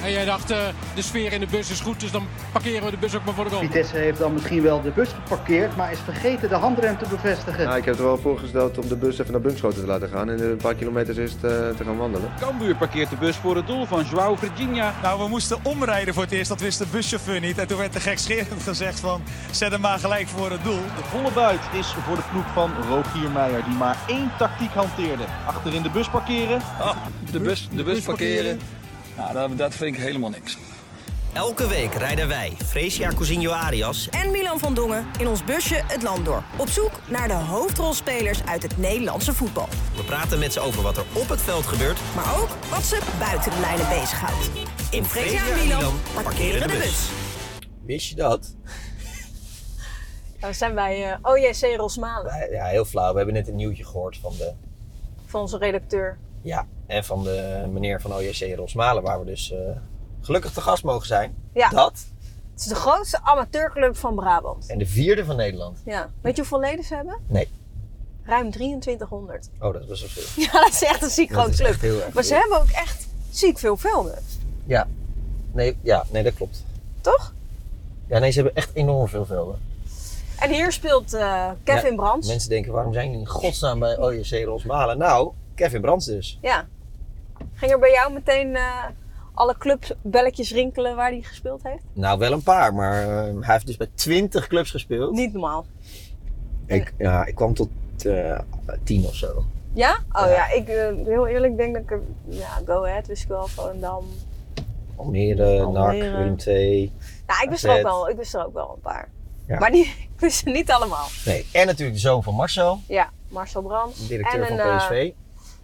En jij dacht, de sfeer in de bus is goed, dus dan parkeren we de bus ook maar voor de goal. Vitesse heeft dan misschien wel de bus geparkeerd, maar is vergeten de handrem te bevestigen. Ja, ik heb er wel voorgesteld om de bus even naar Bunschoten te laten gaan en een paar kilometers eerst te gaan wandelen. Cambuur parkeert de bus voor het doel van João Virginia. Nou, we moesten omrijden voor het eerst, dat wist de buschauffeur niet. En toen werd er gekscherend gezegd van, zet hem maar gelijk voor het doel. De volle buit is voor de ploeg van Rogier Meijer, die maar 1 tactiek hanteerde. Achterin de bus parkeren. De bus parkeren. Nou, dat vind ik helemaal niks. Elke week rijden wij, Fresia Cousinho Arias en Milan van Dongen in ons busje het land door. Op zoek naar de hoofdrolspelers uit het Nederlandse voetbal. We praten met ze over wat er op het veld gebeurt, maar ook wat ze buiten de lijnen bezighoudt. In Fresia en Milan parkeren de bus. Wist je dat? Dan zijn wij OJC Rosmalen. Ja, heel flauw. We hebben net een nieuwtje gehoord van onze redacteur. Ja, en van de meneer van OJC Rosmalen, waar we dus gelukkig te gast mogen zijn. Ja. Dat. Het is de grootste amateurclub van Brabant. En de 4e van Nederland. Ja. Weet je hoeveel leden ze hebben? Nee. Ruim 2300. Oh, dat is best wel veel. Ja, dat is echt een ziek groot club. Maar ze hebben ook echt ziek veel velden. Ja. Nee, dat klopt. Toch? Ja, nee, ze hebben echt enorm veel velden. En hier speelt Kevin Brands. Mensen denken, waarom zijn jullie in godsnaam bij OJC Rosmalen? Nou, Kevin Brands dus. Ja. Ging er bij jou meteen alle clubbelletjes rinkelen waar hij gespeeld heeft? Nou, wel een paar, maar hij heeft dus bij 20 clubs gespeeld. Niet normaal. Ik kwam tot 10 of zo. Ja? Oh ja, ik heel eerlijk denk dat ik... Go Ahead wist ik wel, Volendam. Almere, NAC, Willem II. Nou, ik wist er ook wel een paar. Ja. Maar ik wist ze niet allemaal. Nee, en natuurlijk de zoon van Marcel. Ja, Marcel Brands. Directeur van PSV.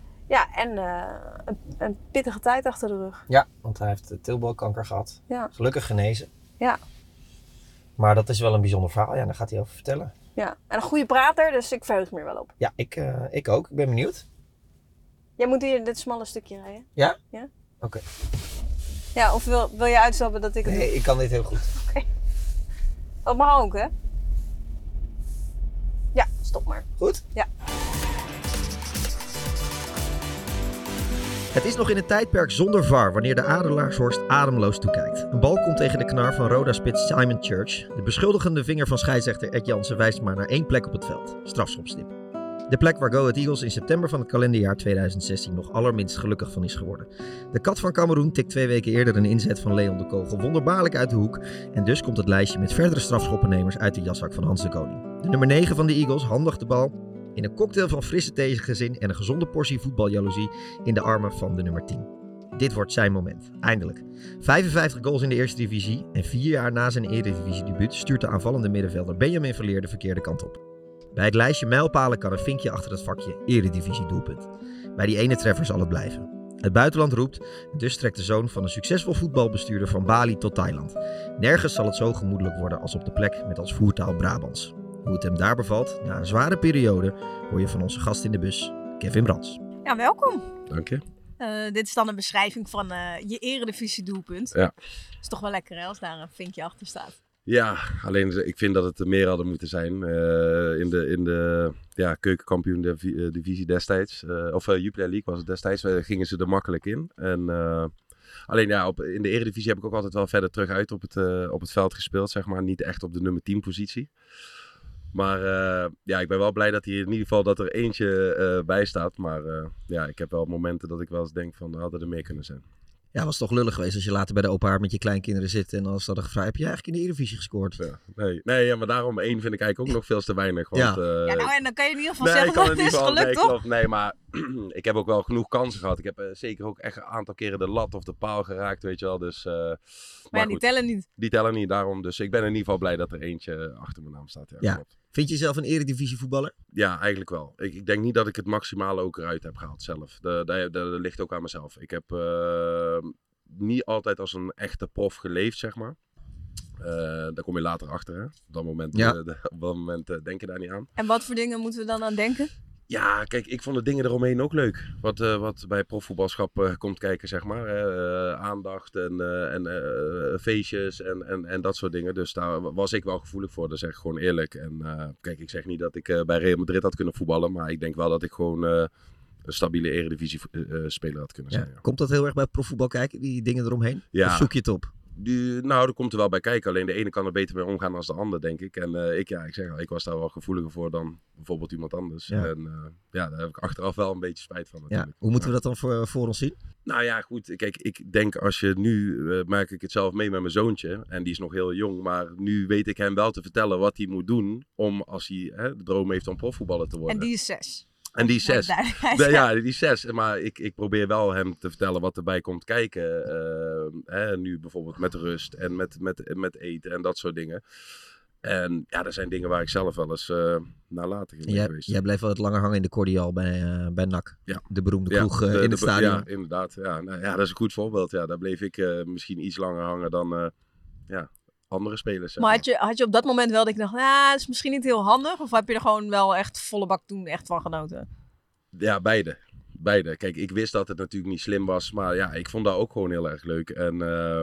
Een pittige tijd achter de rug. Ja, want hij heeft teelbalkanker gehad. Ja. Gelukkig genezen. Ja. Maar dat is wel een bijzonder verhaal. Ja, daar gaat hij over vertellen. Ja, en een goede prater, dus ik verheug me er wel op. Ja, ik ook. Ik ben benieuwd. Jij moet hier dit smalle stukje rijden. Ja? Ja. Oké. Ja, of wil je uitstappen dat ik het doe? Nee, ik kan dit heel goed. Oké. Dat mag ook, hè? Ja, stop maar. Goed? Ja. Het is nog in het tijdperk zonder VAR wanneer de Adelaarshorst ademloos toekijkt. Een bal komt tegen de knar van Roda-spits Simon Church. De beschuldigende vinger van scheidsrechter Ed Jansen wijst maar naar 1 plek op het veld. Strafschopstip. De plek waar Go Ahead Eagles in september van het kalenderjaar 2016 nog allerminst gelukkig van is geworden. De kat van Kameroen tikt 2 weken eerder een inzet van Leon de Kogel wonderbaarlijk uit de hoek. En dus komt het lijstje met verdere strafschoppennemers uit de jaszak van Hans de Koning. De nummer 9 van de Eagles handigt de bal in een cocktail van frisse tegenzin en een gezonde portie voetbaljaloezie in de armen van de nummer 10. Dit wordt zijn moment, eindelijk. 55 goals in de eerste divisie en 4 jaar na zijn eredivisiedebuut stuurt de aanvallende middenvelder Benjamin Verleer de verkeerde kant op. Bij het lijstje mijlpalen kan een vinkje achter het vakje eredivisie doelpunt. Bij die ene treffer zal het blijven. Het buitenland roept en dus trekt de zoon van een succesvol voetbalbestuurder van Bali tot Thailand. Nergens zal het zo gemoedelijk worden als op de plek met als voertaal Brabants. Hoe het hem daar bevalt, na een zware periode, hoor je van onze gast in de bus, Kevin Brands. Ja, welkom. Dank je. Dit is dan een beschrijving van je eredivisie doelpunt. Ja. Is toch wel lekker hè, als daar een vinkje achter staat. Ja, alleen ik vind dat het er meer hadden moeten zijn. In de keukenkampioen divisie destijds. Jupiler League was het destijds. Gingen ze er makkelijk in. En alleen in de eredivisie heb ik ook altijd wel verder terug uit op het veld gespeeld. Zeg maar. Niet echt op de nummer 10 positie. Maar ik ben wel blij dat hier in ieder geval dat er eentje bij staat. Maar ik heb wel momenten dat ik wel eens denk van hadden er meer kunnen zijn. Ja, was toch lullig geweest als je later bij de open haard met je kleinkinderen zit en als ze hadden gevraagd, heb je eigenlijk in de Eredivisie gescoord? Ja, maar daarom 1 vind ik eigenlijk ook nog veel te weinig. Want, en dan kan je in ieder geval zeggen dat het is gelukt, toch? Klopt. Nee, maar ik heb ook wel genoeg kansen gehad. Ik heb zeker ook echt een aantal keren de lat of de paal geraakt, weet je wel. Dus, maar die tellen niet. Die tellen niet, daarom. Dus ik ben in ieder geval blij dat er eentje achter mijn naam staat. Ja. Klopt. Vind je jezelf een Eredivisie voetballer? Ja, eigenlijk wel. Ik denk niet dat ik het maximale ook eruit heb gehaald zelf. Dat ligt ook aan mezelf. Ik heb niet altijd als een echte prof geleefd, zeg maar. Daar kom je later achter, hè. Op dat moment denk je daar niet aan. En wat voor dingen moeten we dan aan denken? Ja, kijk, ik vond de dingen eromheen ook leuk. Wat bij profvoetbalschap komt kijken, zeg maar. Aandacht en feestjes en dat soort dingen. Dus daar was ik wel gevoelig voor, dat zeg ik gewoon eerlijk. En kijk, ik zeg niet dat ik bij Real Madrid had kunnen voetballen. Maar ik denk wel dat ik gewoon stabiele eredivisie speler had kunnen zijn. Ja. Komt dat heel erg bij profvoetbal kijken, die dingen eromheen? Ja. Of zoek je het op? Dat komt er wel bij kijken. Alleen de ene kan er beter mee omgaan dan de ander, denk ik. En ik zeg al, ik was daar wel gevoeliger voor dan bijvoorbeeld iemand anders. Ja. En daar heb ik achteraf wel een beetje spijt van natuurlijk. Ja. Hoe moeten we dat dan voor ons zien? Nou ja, goed. Kijk, ik denk als je nu, maak ik het zelf mee met mijn zoontje. En die is nog heel jong. Maar nu weet ik hem wel te vertellen wat hij moet doen om, als hij de droom heeft om profvoetballer te worden. En die is 6. En die is 6. Die is 6. Maar ik probeer wel hem te vertellen wat erbij komt kijken. Nu bijvoorbeeld met rust en met eten en dat soort dingen. En ja, dat zijn dingen waar ik zelf wel eens nalatig in ben geweest. Jij bleef wel wat langer hangen in de Cordial bij NAC. Ja. De beroemde kroeg in het stadion. Ja, inderdaad. Ja, dat is een goed voorbeeld. Ja, daar bleef ik misschien iets langer hangen dan andere spelers. Maar had je op dat moment wel dat ik dacht, dat is misschien niet heel handig? Of heb je er gewoon wel echt volle bak toen echt van genoten? Ja, beide. Kijk, ik wist dat het natuurlijk niet slim was. Maar ja, ik vond dat ook gewoon heel erg leuk. En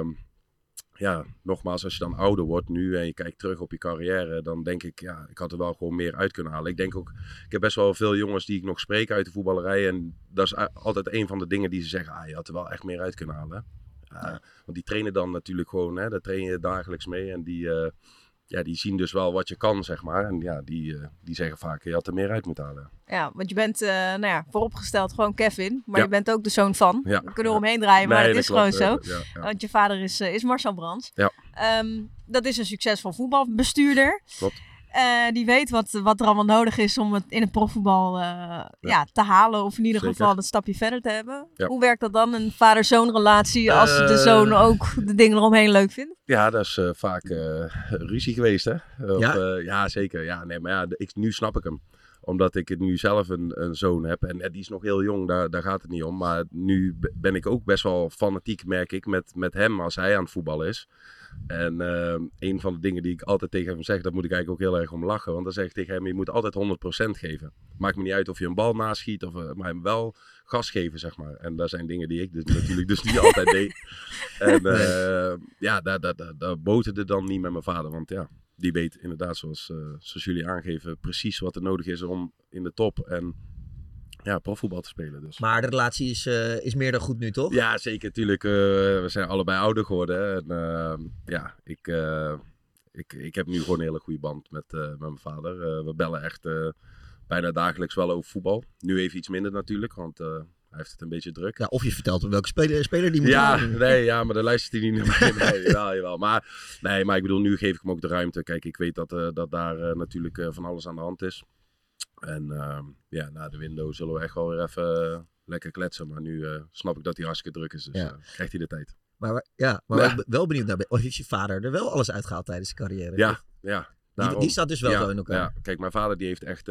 nogmaals, als je dan ouder wordt nu en je kijkt terug op je carrière, dan denk ik, ik had er wel gewoon meer uit kunnen halen. Ik denk ook, ik heb best wel veel jongens die ik nog spreek uit de voetballerij. En dat is altijd een van de dingen die ze zeggen, je had er wel echt meer uit kunnen halen. Want die trainen dan natuurlijk gewoon, daar train je dagelijks mee. En die zien dus wel wat je kan, zeg maar. En ja, die zeggen vaak, je had er meer uit moeten halen. Ja, want je bent vooropgesteld gewoon Kevin. Maar je bent ook de zoon van. Ja. We kunnen eromheen draaien, maar het is klopt, gewoon zo. Want je vader is Marcel Brands. Ja. Dat is een succesvol voetbalbestuurder. Klopt. Die weet wat er allemaal nodig is om het in het profvoetbal te halen. Of in ieder geval een stapje verder te hebben. Ja. Hoe werkt dat dan, een vader-zoon relatie, als de zoon ook de dingen eromheen leuk vindt? Ja, dat is vaak ruzie geweest, hè? Ja? Zeker. Ja, nee, maar nu snap ik hem. Omdat ik nu zelf een zoon heb. En die is nog heel jong, daar gaat het niet om. Maar nu ben ik ook best wel fanatiek, merk ik, met hem als hij aan het voetballen is. En een van de dingen die ik altijd tegen hem zeg, daar moet ik eigenlijk ook heel erg om lachen. Want dan zeg ik tegen hem, je moet altijd 100% geven. Maakt me niet uit of je een bal naschiet, maar hem wel gas geven, zeg maar. En dat zijn dingen die ik natuurlijk niet altijd deed. En daar boterde dan niet met mijn vader. Want ja, die weet inderdaad, zoals jullie aangeven, precies wat er nodig is om in de top en profvoetbal te spelen. Dus. Maar de relatie is meer dan goed nu, toch? Ja, zeker. Tuurlijk, we zijn allebei ouder geworden. En ik heb nu gewoon een hele goede band met mijn vader. We bellen echt bijna dagelijks wel over voetbal. Nu even iets minder natuurlijk, want hij heeft het een beetje druk. Ja, of je vertelt hem welke speler die moet maar dan luistert hij niet naar mij. Nee, jawel. Maar ik bedoel, nu geef ik hem ook de ruimte. Kijk, ik weet dat daar natuurlijk van alles aan de hand is. En na de window zullen we echt wel weer even lekker kletsen. Maar nu snap ik dat hij hartstikke druk is. Dus krijgt hij de tijd. Maar ik ben wel benieuwd naar, of heeft je vader er wel alles uitgehaald tijdens zijn carrière? Ja. Die staat dus wel zo in elkaar. Ja. Kijk, mijn vader die heeft echt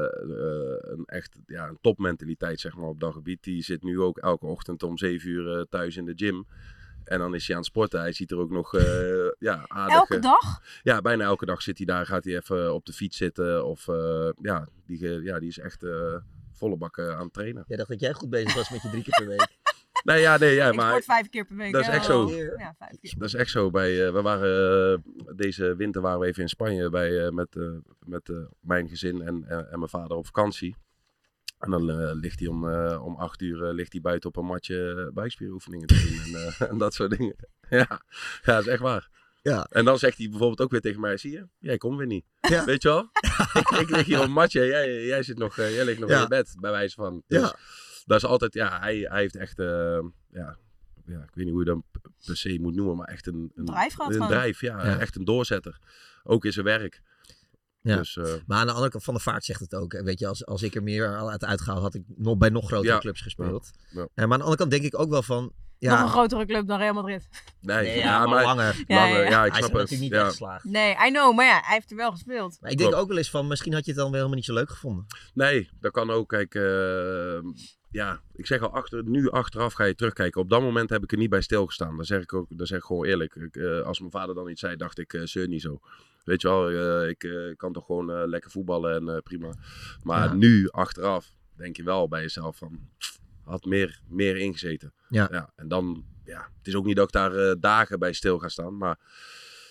een topmentaliteit, zeg maar, op dat gebied. Die zit nu ook elke ochtend om 7 uur thuis in de gym. En dan is hij aan het sporten. Hij ziet er ook nog aardig... Elke dag? Ja, bijna elke dag zit hij daar. Gaat hij even op de fiets zitten. Of die is echt volle bak aan het trainen. Jij dacht dat jij goed bezig was met je 3 keer per week. Ik maar... sport 5 keer per week. Dat is echt zo. Ja, 5 keer. Dat is echt zo. We waren, deze winter waren we even in Spanje met mijn gezin en mijn vader op vakantie. En dan ligt hij om 8 uur ligt hij buiten op een matje buikspieroefeningen te doen en dat soort dingen. Ja, dat is echt waar. Ja. En dan zegt hij bijvoorbeeld ook weer tegen mij, zie je, jij komt weer niet. Ja. Weet je wel? ik lig hier op een matje, jij ligt nog in je bed, bij wijze van. Dus dat is altijd, hij heeft echt, ik weet niet hoe je dat per se moet noemen, maar echt een drijf, echt een doorzetter. Ook in zijn werk. Ja. Dus, maar aan de andere kant van de vaart zegt het ook. Weet je, als ik er meer uit uitgehaald had ik bij nog grotere clubs gespeeld. Ja. Maar aan de andere kant denk ik ook wel van... Nog een grotere club dan Real Madrid. Nee, maar langer. Ja, ik snap het. Hij is natuurlijk niet weggeslagen. Nee, I know, maar hij heeft er wel gespeeld. Maar ik denk ook wel eens van, misschien had je het dan wel helemaal niet zo leuk gevonden. Nee, dat kan ook. Kijk, ik zeg al, nu achteraf ga je terugkijken. Op dat moment heb ik er niet bij stilgestaan. Dat zeg ik gewoon eerlijk. Als mijn vader dan iets zei, dacht ik, zeur niet zo. Weet je wel, ik kan toch gewoon lekker voetballen en prima. Maar nu, achteraf, denk je wel bij jezelf van... Had meer ingezeten. Ja. En dan, het is ook niet dat ik daar dagen bij stil ga staan. Maar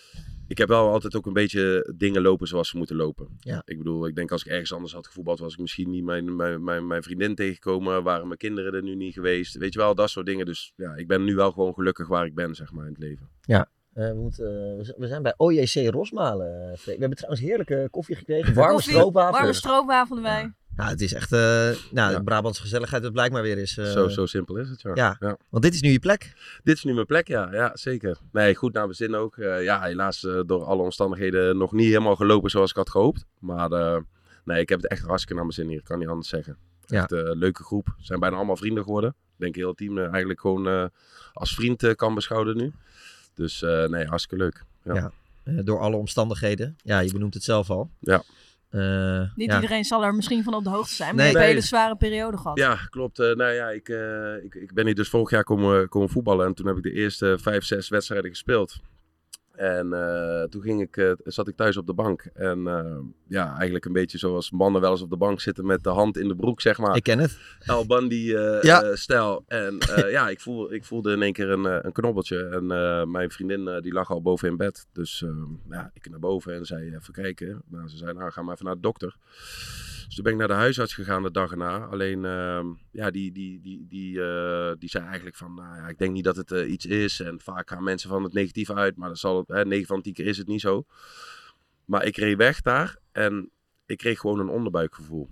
ik heb wel altijd ook een beetje dingen lopen zoals ze moeten lopen. Ja. Ik bedoel, ik denk als ik ergens anders had gevoetbald, was ik misschien niet mijn vriendin tegengekomen. Waren mijn kinderen er nu niet geweest. Weet je wel, dat soort dingen. Dus ja, ik ben nu wel gewoon gelukkig waar ik ben, zeg maar, in het leven. Ja. We zijn bij OJC Rosmalen. We hebben trouwens heerlijke koffie gekregen. Warme stroopwafel. Warme stroopwafel erbij. Ja, het is echt... de Brabantse gezelligheid, dat blijkt maar weer eens. Zo simpel is het, ja. Want dit is nu je plek? Dit is nu mijn plek, ja zeker. Nee, goed naar mijn zin ook. Helaas door alle omstandigheden nog niet helemaal gelopen zoals ik had gehoopt. Maar nee, ik heb het echt hartstikke naar mijn zin hier. Ik kan niet anders zeggen. Echt leuke groep. We zijn bijna allemaal vrienden geworden. Ik denk heel het team eigenlijk gewoon als vriend kan beschouwen nu. Dus nee, hartstikke leuk. Ja. Door alle omstandigheden. Ja, je benoemt het zelf al. Ja. Niet iedereen zal er misschien van op de hoogte zijn, maar je hebt een hele zware periode gehad. Ja, klopt. Ik ben hier dus vorig jaar komen voetballen en toen heb ik de eerste 5, 6 wedstrijden gespeeld. En toen zat ik thuis op de bank. En eigenlijk een beetje zoals mannen wel eens op de bank zitten met de hand in de broek, zeg maar. Ik ken het. Al Bundy stijl. En ik voelde in één keer een knobbeltje. En mijn vriendin die lag al boven in bed. Dus ik naar boven en zei even kijken. Nou, ze zei, ga maar even naar de dokter. Dus toen ben ik naar de huisarts gegaan de dag erna. Alleen, die zei eigenlijk van, ik denk niet dat het iets is. En vaak gaan mensen van het negatieve uit. Maar 9 van 10 keer is het niet zo. Maar ik reed weg daar en ik kreeg gewoon een onderbuikgevoel.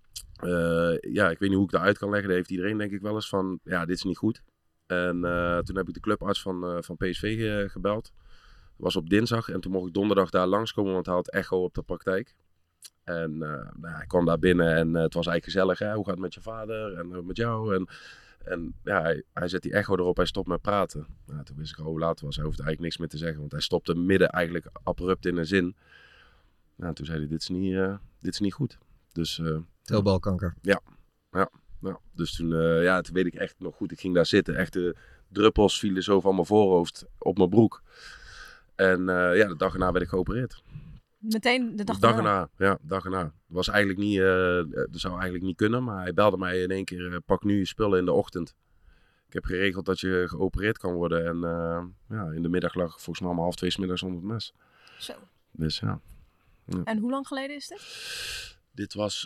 Ik weet niet hoe ik dat uit kan leggen. Dat heeft iedereen denk ik wel eens van, dit is niet goed. En toen heb ik de clubarts van PSV gebeld. Dat was op dinsdag en toen mocht ik donderdag daar langskomen, want hij had echo op de praktijk. En ik kwam daar binnen en het was eigenlijk gezellig. Hè? Hoe gaat het met je vader en met jou? En hij zet die echo erop, hij stopt met praten. Nou, toen wist ik al hoe laat het was. Hij hoefde eigenlijk niks meer te zeggen, want hij stopte midden eigenlijk abrupt in een zin. Nou, toen zei hij, dit is niet goed. Dus, Teelbalkanker. Ja. Dus toen weet ik echt nog goed. Ik ging daar zitten. Echt de druppels vielen zo van mijn voorhoofd op mijn broek. En de dag erna werd ik geopereerd. Meteen de dag erna? Ja, dag erna. Dat was eigenlijk niet, dat zou eigenlijk niet kunnen, maar hij belde mij in één keer, pak nu je spullen in de ochtend. Ik heb geregeld dat je geopereerd kan worden en in de middag lag ik volgens mij om 1:30 's middags onder het mes. Zo. Dus ja. En hoe lang geleden is dit? Dit was,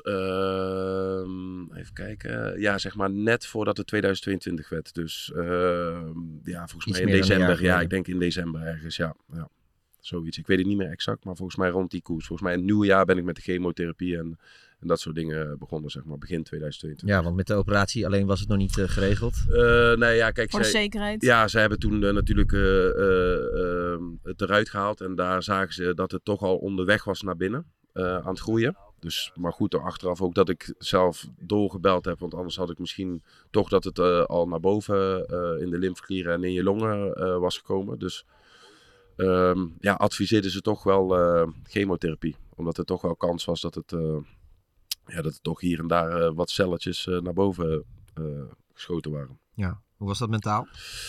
even kijken, zeg maar net voordat het 2022 werd. Dus volgens mij in december. Ik denk in december ergens, ja. Zoiets. Ik weet het niet meer exact, maar volgens mij rond die koers. Volgens mij in het nieuwe jaar ben ik met de chemotherapie en dat soort dingen begonnen, zeg maar, begin 2022. Ja, want met de operatie alleen was het nog niet geregeld? Kijk, voor de zekerheid? Ja, ze hebben toen natuurlijk het eruit gehaald en daar zagen ze dat het toch al onderweg was naar binnen, aan het groeien. Dus, maar goed, achteraf ook dat ik zelf doorgebeld heb, want anders had ik misschien toch dat het al naar boven in de lymfeklieren en in je longen was gekomen. Dus adviseerden ze toch wel chemotherapie. Omdat er toch wel kans was dat het toch hier en daar wat celletjes naar boven geschoten waren. Ja, hoe was dat mentaal?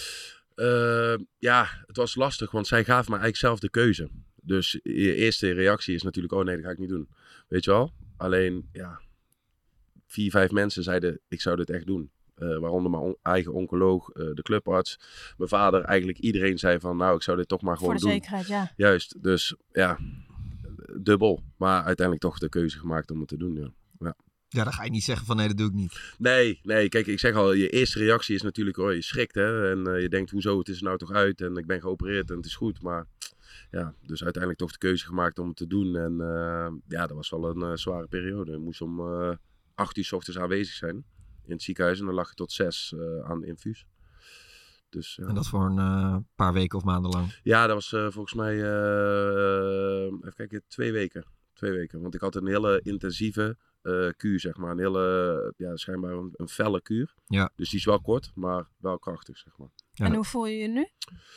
Het was lastig, want zij gaven me eigenlijk zelf de keuze. Dus je eerste reactie is natuurlijk, oh nee, dat ga ik niet doen. Weet je wel? Alleen, 4, 5 mensen zeiden, ik zou dit echt doen. Waaronder mijn eigen oncoloog, de clubarts, mijn vader. Eigenlijk iedereen zei van, nou, ik zou dit toch maar gewoon doen. Voor de zekerheid, ja. Juist, dus dubbel. Maar uiteindelijk toch de keuze gemaakt om het te doen, Ja, dan ga je niet zeggen van, nee, dat doe ik niet. Nee, kijk, ik zeg al, je eerste reactie is natuurlijk, je schrikt, hè. En je denkt, hoezo, het is er nou toch uit en ik ben geopereerd en het is goed. Maar dus uiteindelijk toch de keuze gemaakt om het te doen. En dat was wel een zware periode. Ik moest om 8 uur 's ochtends aanwezig zijn in het ziekenhuis en dan lag je tot 6 aan de infuus. Dus, en dat voor een paar weken of maanden lang? Ja, dat was volgens mij, even kijken, 2 weken. 2 weken, want ik had een hele intensieve kuur, zeg maar. Een hele, schijnbaar een felle kuur. Ja. Dus die is wel kort, maar wel krachtig, zeg maar. Ja. En hoe voel je je nu?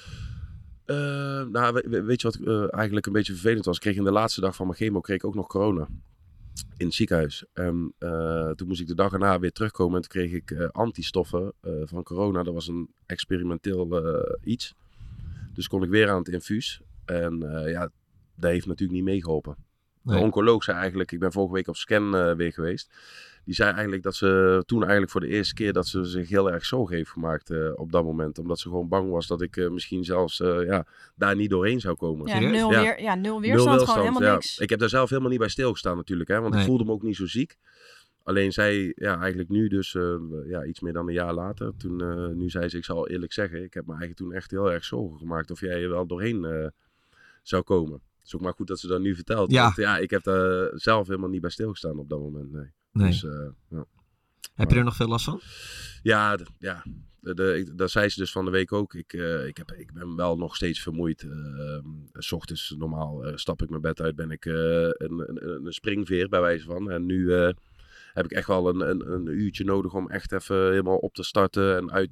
Weet je wat eigenlijk een beetje vervelend was? Ik kreeg in de laatste dag van mijn chemo ook nog corona. In het ziekenhuis. En toen moest ik de dag erna weer terugkomen en toen kreeg ik antistoffen van corona. Dat was een experimenteel iets. Dus kon ik weer aan het infuus. En dat heeft natuurlijk niet meegeholpen. De oncoloog zei eigenlijk, ik ben vorige week op scan weer geweest. Die zei eigenlijk dat ze toen eigenlijk voor de eerste keer dat ze zich heel erg zorgen heeft gemaakt op dat moment. Omdat ze gewoon bang was dat ik misschien zelfs daar niet doorheen zou komen. Ja, nul weerstand, gewoon helemaal niks. Ik heb daar zelf helemaal niet bij stilgestaan natuurlijk. Hè, want ik voelde me ook niet zo ziek. Alleen zij, eigenlijk nu dus, iets meer dan een jaar later. Nu zei ze, ik zal eerlijk zeggen, ik heb me eigenlijk toen echt heel erg zorgen gemaakt of jij er wel doorheen zou komen. Het is ook maar goed dat ze dat nu vertelt. Ja. Want ik heb daar zelf helemaal niet bij stilgestaan op dat moment. Nee. Dus, heb je er nog veel last van? Ja, dat zei ze dus van de week ook. Ik ben wel nog steeds vermoeid. 's Ochtends normaal stap ik mijn bed uit, ben ik een springveer bij wijze van. En nu heb ik echt wel een uurtje nodig om echt even helemaal op te starten en uit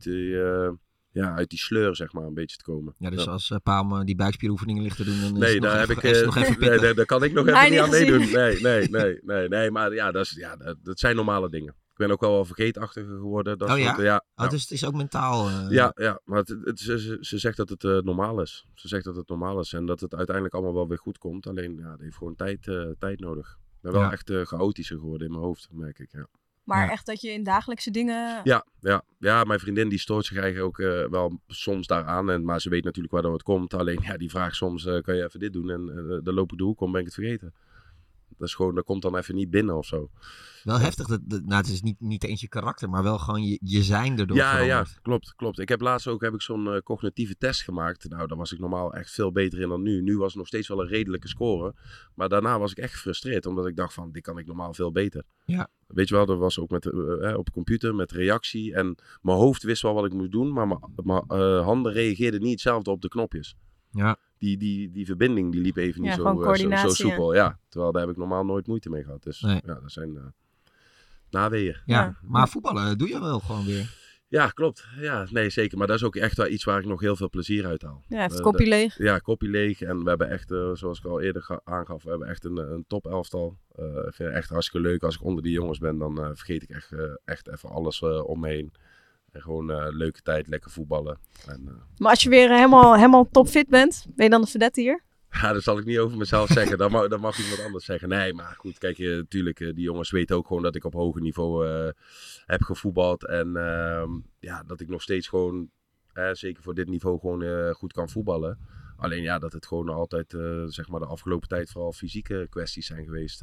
die sleur zeg maar een beetje te komen. Ja, dus als Paam die buikspieroefeningen ligt te doen, dan nee, daar heb ik nog even daar kan ik nog even niet aan meedoen. Nee, maar ja, dat zijn normale dingen. Ik ben ook wel vergeetachtiger geworden. Dus het is ook mentaal. Ja, maar ze zegt dat het normaal is. Ze zegt dat het normaal is en dat het uiteindelijk allemaal wel weer goed komt. Alleen, het heeft gewoon tijd nodig. Ik ben wel echt chaotischer geworden in mijn hoofd, merk ik. Ja. Maar echt dat je in dagelijkse dingen... Ja, mijn vriendin die stoort zich eigenlijk ook wel soms daaraan. Maar ze weet natuurlijk waardoor het komt. Alleen, die vraagt soms, kan je even dit doen? En dan loop ik de hoek om, ben ik het vergeten. Dat is gewoon, dat komt dan even niet binnen of zo. Wel heftig. Het is niet eens je karakter, maar wel gewoon je zijn erdoor veranderd. Ja, klopt. Ik heb laatst ook zo'n cognitieve test gemaakt. Nou, daar was ik normaal echt veel beter in dan nu. Nu was het nog steeds wel een redelijke score. Maar daarna was ik echt gefrustreerd, omdat ik dacht van, dit kan ik normaal veel beter. Ja. Weet je wel, dat was ook op de computer met reactie. En mijn hoofd wist wel wat ik moest doen, maar mijn handen reageerden niet hetzelfde op de knopjes. Ja. Die verbinding die liep even niet zo soepel. Ja, terwijl daar heb ik normaal nooit moeite mee gehad. Dus dat zijn naweeën. Ja, maar voetballen doe je wel gewoon weer. Ja, klopt. Ja, nee, zeker. Maar dat is ook echt wel iets waar ik nog heel veel plezier uit haal. Ja, het kopje leeg. Ja, kopje leeg. En we hebben echt, zoals ik al eerder aangaf, we hebben echt een top elftal. Ik vind het echt hartstikke leuk. Als ik onder die jongens ben, dan vergeet ik echt even alles om me heen. En gewoon leuke tijd, lekker voetballen. Maar als je weer helemaal topfit bent, ben je dan de vedette hier? Ja, dat zal ik niet over mezelf zeggen. Dat mag iemand anders zeggen. Nee, maar goed, kijk, natuurlijk, die jongens weten ook gewoon dat ik op hoger niveau heb gevoetbald. En dat ik nog steeds gewoon, zeker voor dit niveau, gewoon goed kan voetballen. Alleen dat het gewoon altijd, zeg maar de afgelopen tijd vooral fysieke kwesties zijn geweest.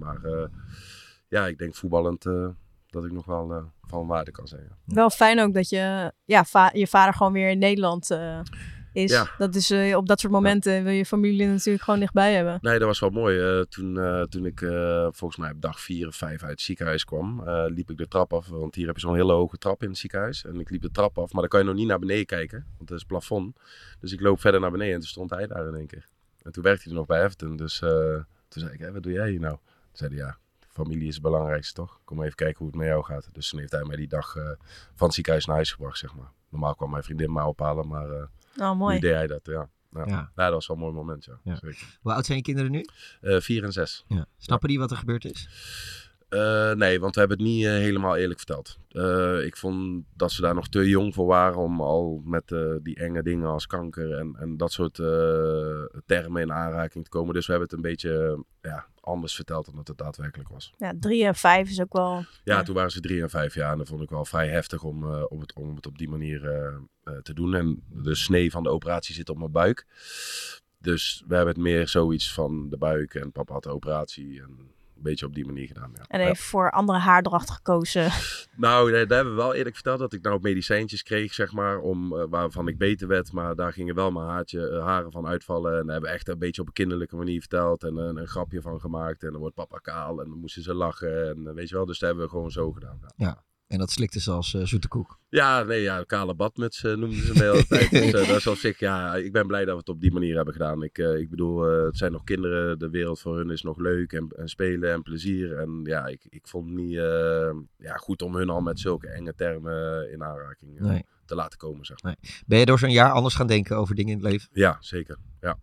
Ik denk voetballend dat ik nog wel van waarde kan zijn. Ja. Wel fijn ook dat je vader gewoon weer in Nederland is. Ja. Dat is op dat soort momenten wil je familie natuurlijk gewoon dichtbij hebben. Nee, dat was wel mooi. Toen ik volgens mij op dag 4 of 5 uit het ziekenhuis kwam, liep ik de trap af. Want hier heb je zo'n hele hoge trap in het ziekenhuis. En ik liep de trap af, maar dan kan je nog niet naar beneden kijken. Want dat is plafond. Dus ik loop verder naar beneden en toen stond hij daar in één keer. En toen werkte hij nog bij Everton. Dus toen zei ik, wat doe jij hier nou? Toen zei hij, familie is het belangrijkste, toch? Kom even kijken hoe het met jou gaat. Dus toen heeft hij mij die dag van het ziekenhuis naar huis gebracht, zeg maar. Normaal kwam mijn vriendin me ophalen, maar mooi. Nu deed hij dat, ja. Dat was wel een mooi moment, ja. Zeker. Hoe oud zijn je kinderen nu? 4 en 6. Ja. Snappen die wat er gebeurd is? Nee, want we hebben het niet helemaal eerlijk verteld. Ik vond dat ze daar nog te jong voor waren om al met die enge dingen als kanker en dat soort termen in aanraking te komen. Dus we hebben het een beetje anders verteld dan dat het daadwerkelijk was. Ja, 3 en 5 is ook wel... Ja, toen waren ze 3 en 5 jaar en dat vond ik wel vrij heftig om het op die manier te doen. En de snee van de operatie zit op mijn buik. Dus we hebben het meer zoiets van de buik en papa had de operatie en... Een beetje op die manier gedaan. Ja. En even voor andere haardracht gekozen. Nou, daar hebben we wel eerlijk verteld dat ik nou medicijntjes kreeg, zeg maar, waarvan ik beter werd. Maar daar gingen wel mijn haren van uitvallen. En daar hebben we echt een beetje op een kinderlijke manier verteld. En een grapje van gemaakt. En dan wordt papa kaal. En dan moesten ze lachen. En weet je wel, dus dat hebben we gewoon zo gedaan. Ja. En dat slikte ze als zoete koek. Ja, kale badmuts noemden ze me de hele tijd. Dus dat is op zich, ik ben blij dat we het op die manier hebben gedaan. Ik bedoel, het zijn nog kinderen. De wereld voor hun is nog leuk en spelen en plezier. En ik vond het niet goed om hun al met zulke enge termen in aanraking te laten komen, zeg maar. Nee. Ben je door zo'n jaar anders gaan denken over dingen in het leven? Ja, zeker.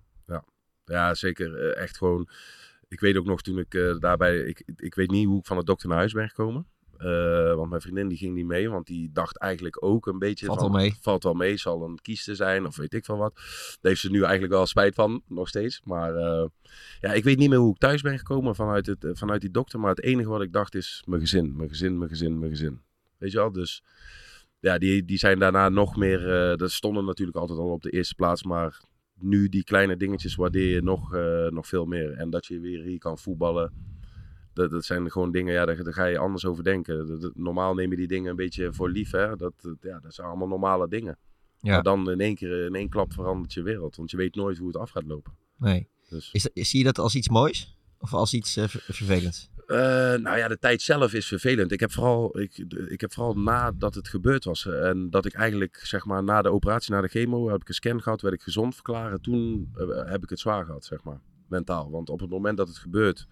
Ja, zeker. Echt gewoon... Ik weet ook nog toen ik daarbij... Ik weet niet hoe ik van de dokter naar huis ben gekomen. Want mijn vriendin die ging niet mee, want die dacht eigenlijk ook een beetje valt wel mee, zal een kieste zijn of weet ik veel wat. Daar heeft ze nu eigenlijk wel spijt van, nog steeds. Maar ik weet niet meer hoe ik thuis ben gekomen vanuit die dokter. Maar het enige wat ik dacht is mijn gezin. Weet je wel, dus ja, die zijn daarna nog meer, dat stonden natuurlijk altijd al op de eerste plaats, maar nu die kleine dingetjes waardeer je nog veel meer. En dat je weer hier kan voetballen. Dat zijn gewoon dingen, daar ga je anders over denken. Normaal neem je die dingen een beetje voor lief. Hè? Dat zijn allemaal normale dingen. Ja. Maar dan in één klap verandert je wereld. Want je weet nooit hoe het af gaat lopen. Nee. Dus. Zie je dat als iets moois? Of als iets vervelends? De tijd zelf is vervelend. Ik heb vooral nadat het gebeurd was. En dat ik eigenlijk, zeg maar, na de operatie, na de chemo, heb ik een scan gehad, werd ik gezond verklaren. Toen heb ik het zwaar gehad, zeg maar. Mentaal. Want op het moment dat het gebeurt,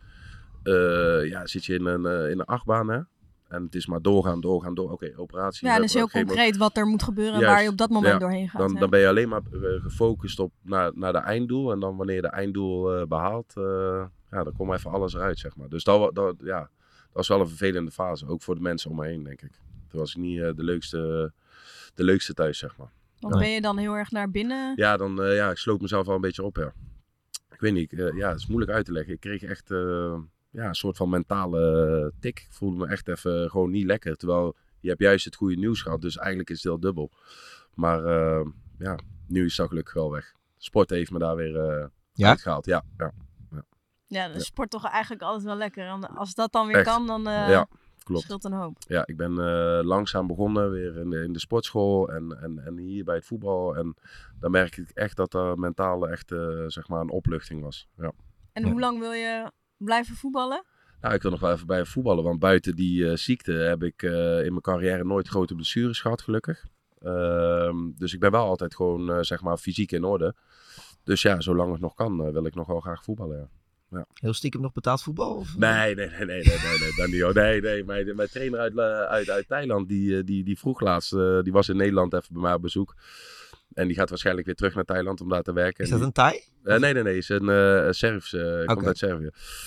zit je in een achtbaan, hè? En het is maar doorgaan. Oké, operatie. Ja, dus heel concreet wat er moet gebeuren en waar je op dat moment doorheen gaat. Dan ben je alleen maar gefocust op naar de einddoel. En dan wanneer je de einddoel behaalt, dan komt even alles eruit, zeg maar. Dus dat was wel een vervelende fase. Ook voor de mensen om me heen, denk ik. Toen was ik niet de leukste thuis, zeg maar. Want ben je dan heel erg naar binnen? Ja, ik sloot mezelf wel een beetje op, ja. Ik weet niet, het is moeilijk uit te leggen. Ik kreeg echt een soort van mentale tik. Ik voelde me echt even gewoon niet lekker. Terwijl je hebt juist het goede nieuws gehad. Dus eigenlijk is het heel dubbel. Maar nu is dat gelukkig wel weg. Sport heeft me daar weer uitgehaald. Ja, de sport toch eigenlijk altijd wel lekker. En als dat dan weer echt kan, dan klopt. scheelt een hoop. Ja, ik ben langzaam begonnen weer in de sportschool en hier bij het voetbal. En dan merk ik echt dat er mentaal echt zeg maar een opluchting was. Ja. En hoe lang wil je blijven voetballen? Nou, ik wil nog wel even blijven voetballen. Want buiten die ziekte heb ik in mijn carrière nooit grote blessures gehad, gelukkig. Dus ik ben wel altijd gewoon zeg maar fysiek in orde. Dus ja, zolang het nog kan, wil ik nog wel graag voetballen, ja. Ja. Heel stiekem nog betaald voetbal? Of? Nee, dat niet hoor. Nee, mijn trainer uit Thailand, die vroeg laatst, die was in Nederland even bij mij op bezoek. En die gaat waarschijnlijk weer terug naar Thailand om daar te werken. Is dat een Thai? Nee, is een Servisch. Komt uit Servië.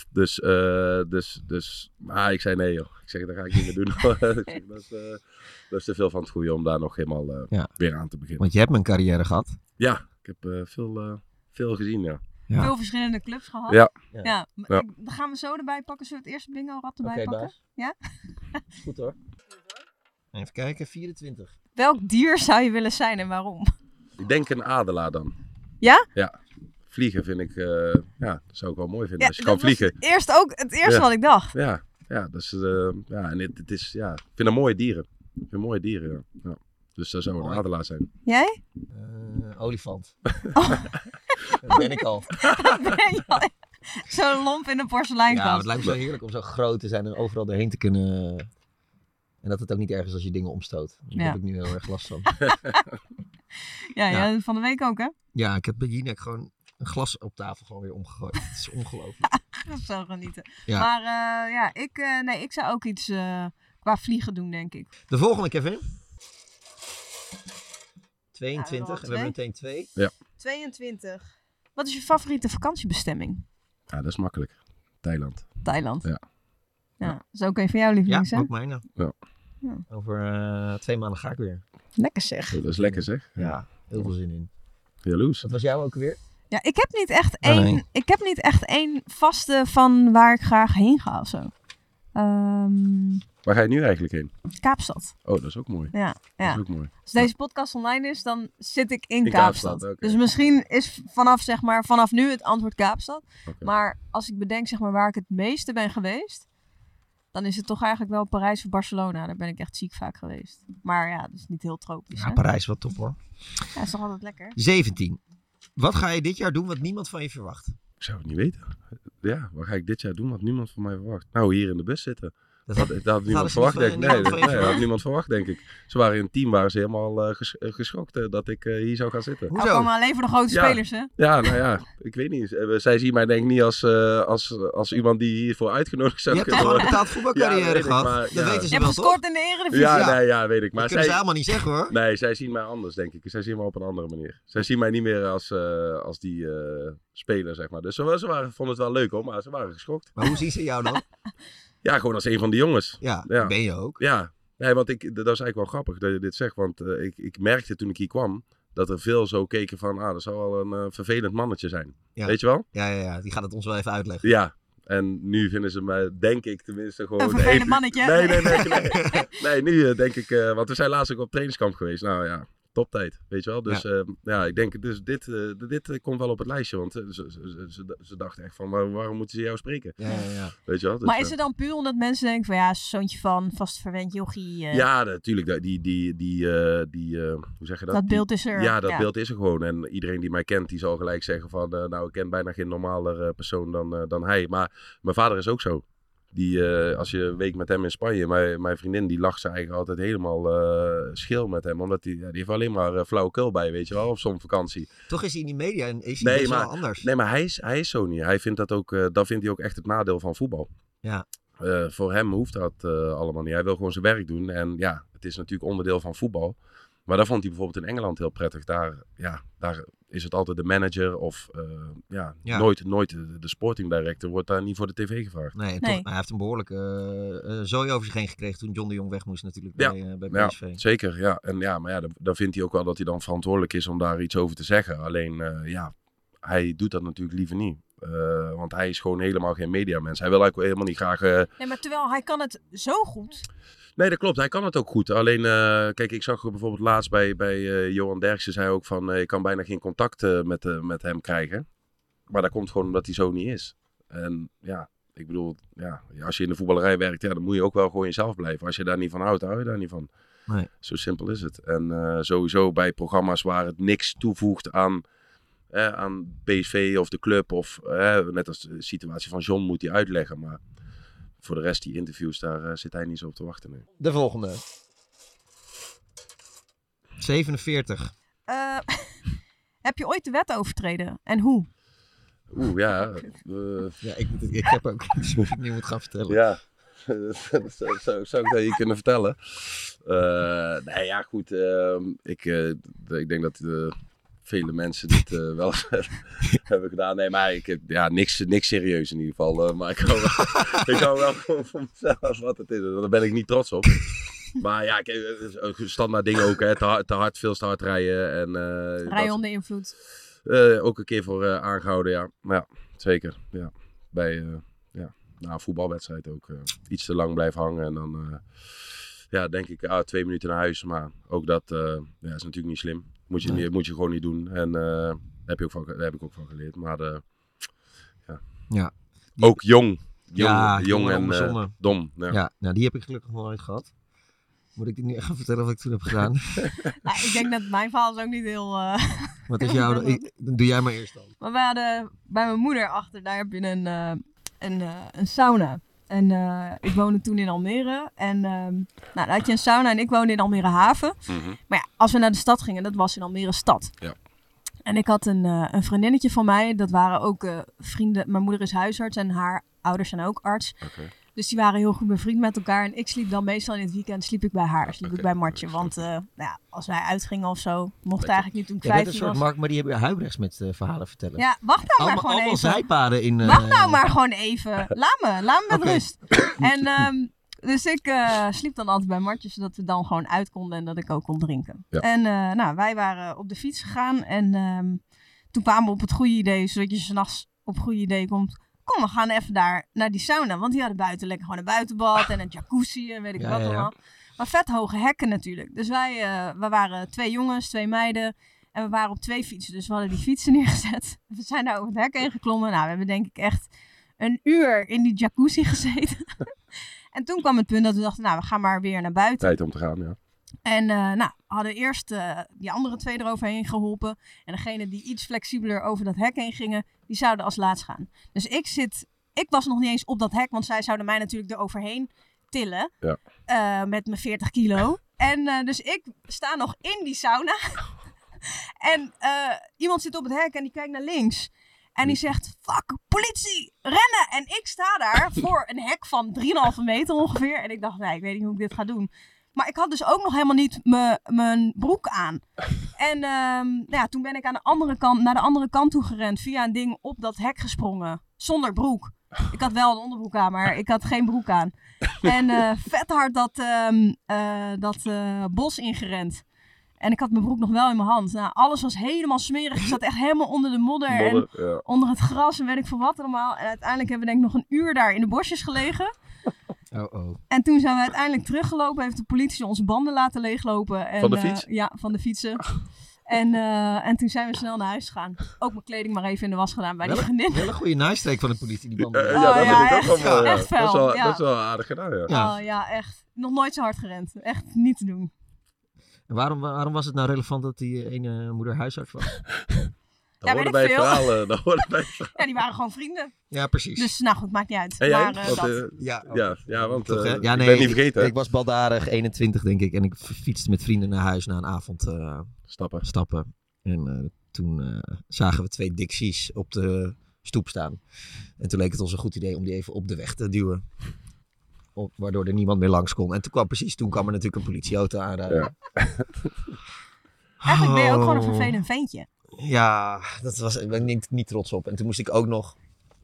Dus maar ik zei nee joh. Ik zeg, dat ga ik niet meer doen. dat is te veel van het goede om daar nog helemaal weer aan te beginnen. Want je hebt mijn carrière gehad. Ja, ik heb veel gezien, ja. Ja. Veel verschillende clubs gehad. Ja. Dan gaan we zo erbij pakken. Zullen we het eerste bingo-rad erbij pakken? Baas. Ja? Goed hoor. Even kijken, 24. Welk dier zou je willen zijn en waarom? Ik denk een adelaar dan. Ja? Ja. Vliegen vind ik, dat zou ik wel mooi vinden als je kan vliegen. Het eerste wat ik dacht. Ja, dus, en het is, ik vind dat mooie dieren. Ik vind mooie dieren, ja. Dus dat zou een adelaar zijn. Jij? Olifant. Dat ben ik al. Zo'n lomp in een porseleinkast. Ja, het lijkt me zo heerlijk om zo groot te zijn en overal doorheen te kunnen. En dat het ook niet erg is als je dingen omstoot. Daar heb ik nu heel erg last van. Ja, van de week ook hè? Ja, ik heb bij Jinek gewoon een glas op tafel gewoon weer omgegooid. Het is ongelooflijk. Zo genieten. Ja. Maar ik zou ook iets qua vliegen doen, denk ik. De volgende, Kevin. 22. We hebben meteen 2. Ja. 22. Wat is je favoriete vakantiebestemming? Ja, dat is makkelijk. Thailand. Ja, dat is ook een van jouw lievelings, hè? Ja, ook mijne. Ja. Over 2 maanden ga ik weer. Lekker zeg. Dat is lekker zeg. Ja, heel veel zin in. Jaloers. Wat was jou ook weer? Ja, ik heb niet echt één vaste van waar ik graag heen ga of zo. Waar ga je nu eigenlijk heen? Kaapstad. Oh, dat is ook mooi. Ja. Dat is ook mooi. Als deze podcast online is, dan zit ik in Kaapstad. Okay. Dus misschien is vanaf nu het antwoord Kaapstad. Okay. Maar als ik bedenk waar ik het meeste ben geweest, dan is het toch eigenlijk wel Parijs of Barcelona. Daar ben ik echt ziek vaak geweest. Maar ja, dat is niet heel tropisch. Ja, Parijs wat top hoor. Ja, is toch altijd lekker. 17. Wat ga je dit jaar doen wat niemand van je verwacht? Ik zou het niet weten. Ja, wat ga ik dit jaar doen wat niemand van mij verwacht? Nou, hier in de bus zitten. Dat had niemand verwacht, denk ik. Nee, dat had niemand verwacht, denk ik. Ze waren in een team waar ze helemaal geschokt dat ik hier zou gaan zitten. Hoezo? Nou, komen alleen voor de grote spelers, hè? Ja, nou ja, ik weet niet. Zij zien mij denk ik niet als iemand die hiervoor uitgenodigd zou worden. Je hebt toch een betaald voetbalcarrière gehad? Maar, dat weten ze wel, toch? Je hebt gescoord in de Eredivisie. Ja, weet ik. Maar dat kunnen ze allemaal niet zeggen, hoor. Nee, zij zien mij anders, denk ik. Zij zien me op een andere manier. Zij zien mij niet meer als die speler, zeg maar. Dus ze vonden het wel leuk, hoor, maar ze waren geschokt. Maar hoe zien ze jou dan? Ja, gewoon als een van die jongens. Ja, ben je ook. Ja, nee, want dat is eigenlijk wel grappig dat je dit zegt. Want ik merkte toen ik hier kwam dat er veel zo keken van, dat zou wel een vervelend mannetje zijn. Ja. Weet je wel? Ja, die gaat het ons wel even uitleggen. Ja, en nu vinden ze mij, denk ik tenminste, gewoon... Een vervelend mannetje? Nee, nu denk ik... want we zijn laatst ook op trainingskamp geweest. Nou ja, toptijd, weet je wel. Dus ik denk, dus dit komt wel op het lijstje. Want ze dachten echt van, waarom moeten ze jou spreken? Ja. Weet je wel? Dus, maar is het dan puur omdat mensen denken van, ja, zoontje van, vast verwend jochie? Ja, natuurlijk. Hoe zeg je dat? Dat beeld is er. Ja, dat beeld is er gewoon. En iedereen die mij kent, die zal gelijk zeggen van, nou, ik ken bijna geen normaler persoon dan hij. Maar mijn vader is ook zo. Als je een week met hem in Spanje, mijn vriendin die lacht ze eigenlijk altijd helemaal schil met hem. Omdat die heeft alleen maar flauwekul bij, weet je wel, op zo'n vakantie. Toch is hij in die media en is hij best wel anders. Nee, maar hij is zo niet. Hij vindt dat ook, dat vindt hij ook echt het nadeel van voetbal. Ja. Voor hem hoeft dat allemaal niet. Hij wil gewoon zijn werk doen. En ja, het is natuurlijk onderdeel van voetbal. Maar daar vond hij bijvoorbeeld in Engeland heel prettig. Daar is het altijd de manager of nooit de sporting director wordt daar niet voor de tv gevraagd. Nee. Toch, hij heeft een behoorlijke zooi over zich heen gekregen toen John de Jong weg moest natuurlijk bij PSV. Ja, zeker. Ja. En maar dan vindt hij ook wel dat hij dan verantwoordelijk is om daar iets over te zeggen. Alleen hij doet dat natuurlijk liever niet. Want hij is gewoon helemaal geen mediamens. Hij wil eigenlijk helemaal niet graag... Nee, maar terwijl hij kan het zo goed. Nee, dat klopt. Hij kan het ook goed. Alleen, kijk, ik zag bijvoorbeeld laatst bij Johan Derksen zei ook van... ik kan bijna geen contact met hem krijgen. Maar dat komt gewoon omdat hij zo niet is. En ja, ik bedoel, als je in de voetballerij werkt... dan moet je ook wel gewoon jezelf blijven. Als je daar niet van houdt, hou je daar niet van. Nee. Zo simpel is het. En sowieso bij programma's waar het niks toevoegt aan PSV of de club... of net als de situatie van John moet hij uitleggen, maar... Voor de rest, die interviews, daar zit hij niet zo op te wachten nu. De volgende. 47. Heb je ooit de wet overtreden? En hoe? Ja. Ik heb ook iets wat ik nu moet gaan vertellen. Ja, dat zou ik dat je kunnen vertellen. Goed. Ik denk dat... vele mensen dit wel hebben gedaan. Nee, maar ik heb niks serieus in ieder geval. Maar ik hou wel gewoon voor mezelf wat het is. Daar ben ik niet trots op. Maar ja, standaard dingen ook. Hè. Veel te hard rijden. En, rijden onder invloed. Ook een keer voor aangehouden, ja. Maar ja, zeker. Ja. Bij na een voetbalwedstrijd ook. Iets te lang blijven hangen. En dan denk ik 2 minuten naar huis. Maar ook dat is natuurlijk niet slim. Moet je gewoon niet doen. En daar heb ik ook van geleerd. Maar ook jong en dom. Ja. Die heb ik gelukkig nog nooit gehad. Moet ik dit nu echt gaan vertellen wat ik toen heb gedaan? Ik denk dat mijn verhaal is ook niet heel... Wat is jouw... Doe jij maar eerst dan. Maar we hadden bij mijn moeder achter, daar heb je een sauna. En ik woonde toen in Almere. En daar had je een sauna en ik woonde in Almere Haven. Mm-hmm. Maar ja, als we naar de stad gingen, dat was in Almere Stad. Ja. En ik had een vriendinnetje van mij. Dat waren ook vrienden. Mijn moeder is huisarts en haar ouders zijn ook arts. Okay. Dus die waren heel goed bevriend met elkaar. En ik sliep dan meestal in het weekend ik bij haar. Ik bij Martje. Want als wij uitgingen of zo, mocht eigenlijk niet toen ik 15 was. Je bent een soort Mark, maar die hebben Huibrechts met verhalen vertellen. Ja, wacht nou maar gewoon allemaal even. zijpaden in... Wacht nou maar gewoon even. Laat me met rust. En dus ik sliep dan altijd bij Martje, zodat we dan gewoon uit konden en dat ik ook kon drinken. Ja. En wij waren op de fiets gegaan en toen kwamen we op het goede idee, zodat je 's nachts op het goede idee komt. Kom, we gaan even daar naar die sauna. Want die hadden buiten lekker gewoon een buitenbad en een jacuzzi en weet ik wat allemaal. Maar vet hoge hekken natuurlijk. Dus we waren 2 jongens, 2 meiden. En we waren op 2 fietsen. Dus we hadden die fietsen neergezet. We zijn daar over het hek heen geklommen. Nou, we hebben denk ik echt 1 uur in die jacuzzi gezeten. En toen kwam het punt dat we dachten, we gaan maar weer naar buiten. Tijd om te gaan, ja. En hadden eerst die andere 2 eroverheen geholpen. En degene die iets flexibeler over dat hek heen gingen, die zouden als laatst gaan. Dus ik was nog niet eens op dat hek, want zij zouden mij natuurlijk eroverheen tillen. Ja. Met mijn 40 kilo. En dus ik sta nog in die sauna. En iemand zit op het hek en die kijkt naar links. En die zegt, fuck, politie, rennen! En ik sta daar voor een hek van 3,5 meter ongeveer. En ik dacht, ik weet niet hoe ik dit ga doen. Maar ik had dus ook nog helemaal niet mijn broek aan. En toen ben ik naar de andere kant toe gerend. Via een ding op dat hek gesprongen. Zonder broek. Ik had wel een onderbroek aan, maar ik had geen broek aan. En vet hard dat bos ingerend. En ik had mijn broek nog wel in mijn hand. Nou, alles was helemaal smerig. Ik zat echt helemaal onder de modder en onder het gras en weet ik veel wat allemaal. En uiteindelijk hebben we denk ik nog een uur daar in de bosjes gelegen. En toen zijn we uiteindelijk teruggelopen. Heeft de politie onze banden laten leeglopen. En, van de fiets? Ja, van de fietsen. En toen zijn we snel naar huis gegaan. Ook mijn kleding maar even in de was gedaan bij die vriendin. Hele goede nijstreek van de politie, die banden. Dat vind ik ook wel mooi. Echt fel. Dat is wel aardig gedaan, ja. Oh ja, echt. Nog nooit zo hard gerend. Echt niet te doen. En waarom was het nou relevant dat die ene moeder huisarts was? Dat hoorde bij het verhaal. Ja, die waren gewoon vrienden. Ja, precies. Dus nou goed, maakt niet uit. En maar, want toch, ik ben niet vergeten. Ik was baldadig, 21 denk ik. En ik fietste met vrienden naar huis na een avond stappen. En toen zagen we 2 Dixies op de stoep staan. En toen leek het ons een goed idee om die even op de weg te duwen. Waardoor er niemand meer langs kon. En toen kwam er natuurlijk een politieauto aanrijden. Ja. Eigenlijk ben je ook gewoon een vervelend ventje. Ja, daar ben ik niet trots op. En toen moest ik ook nog...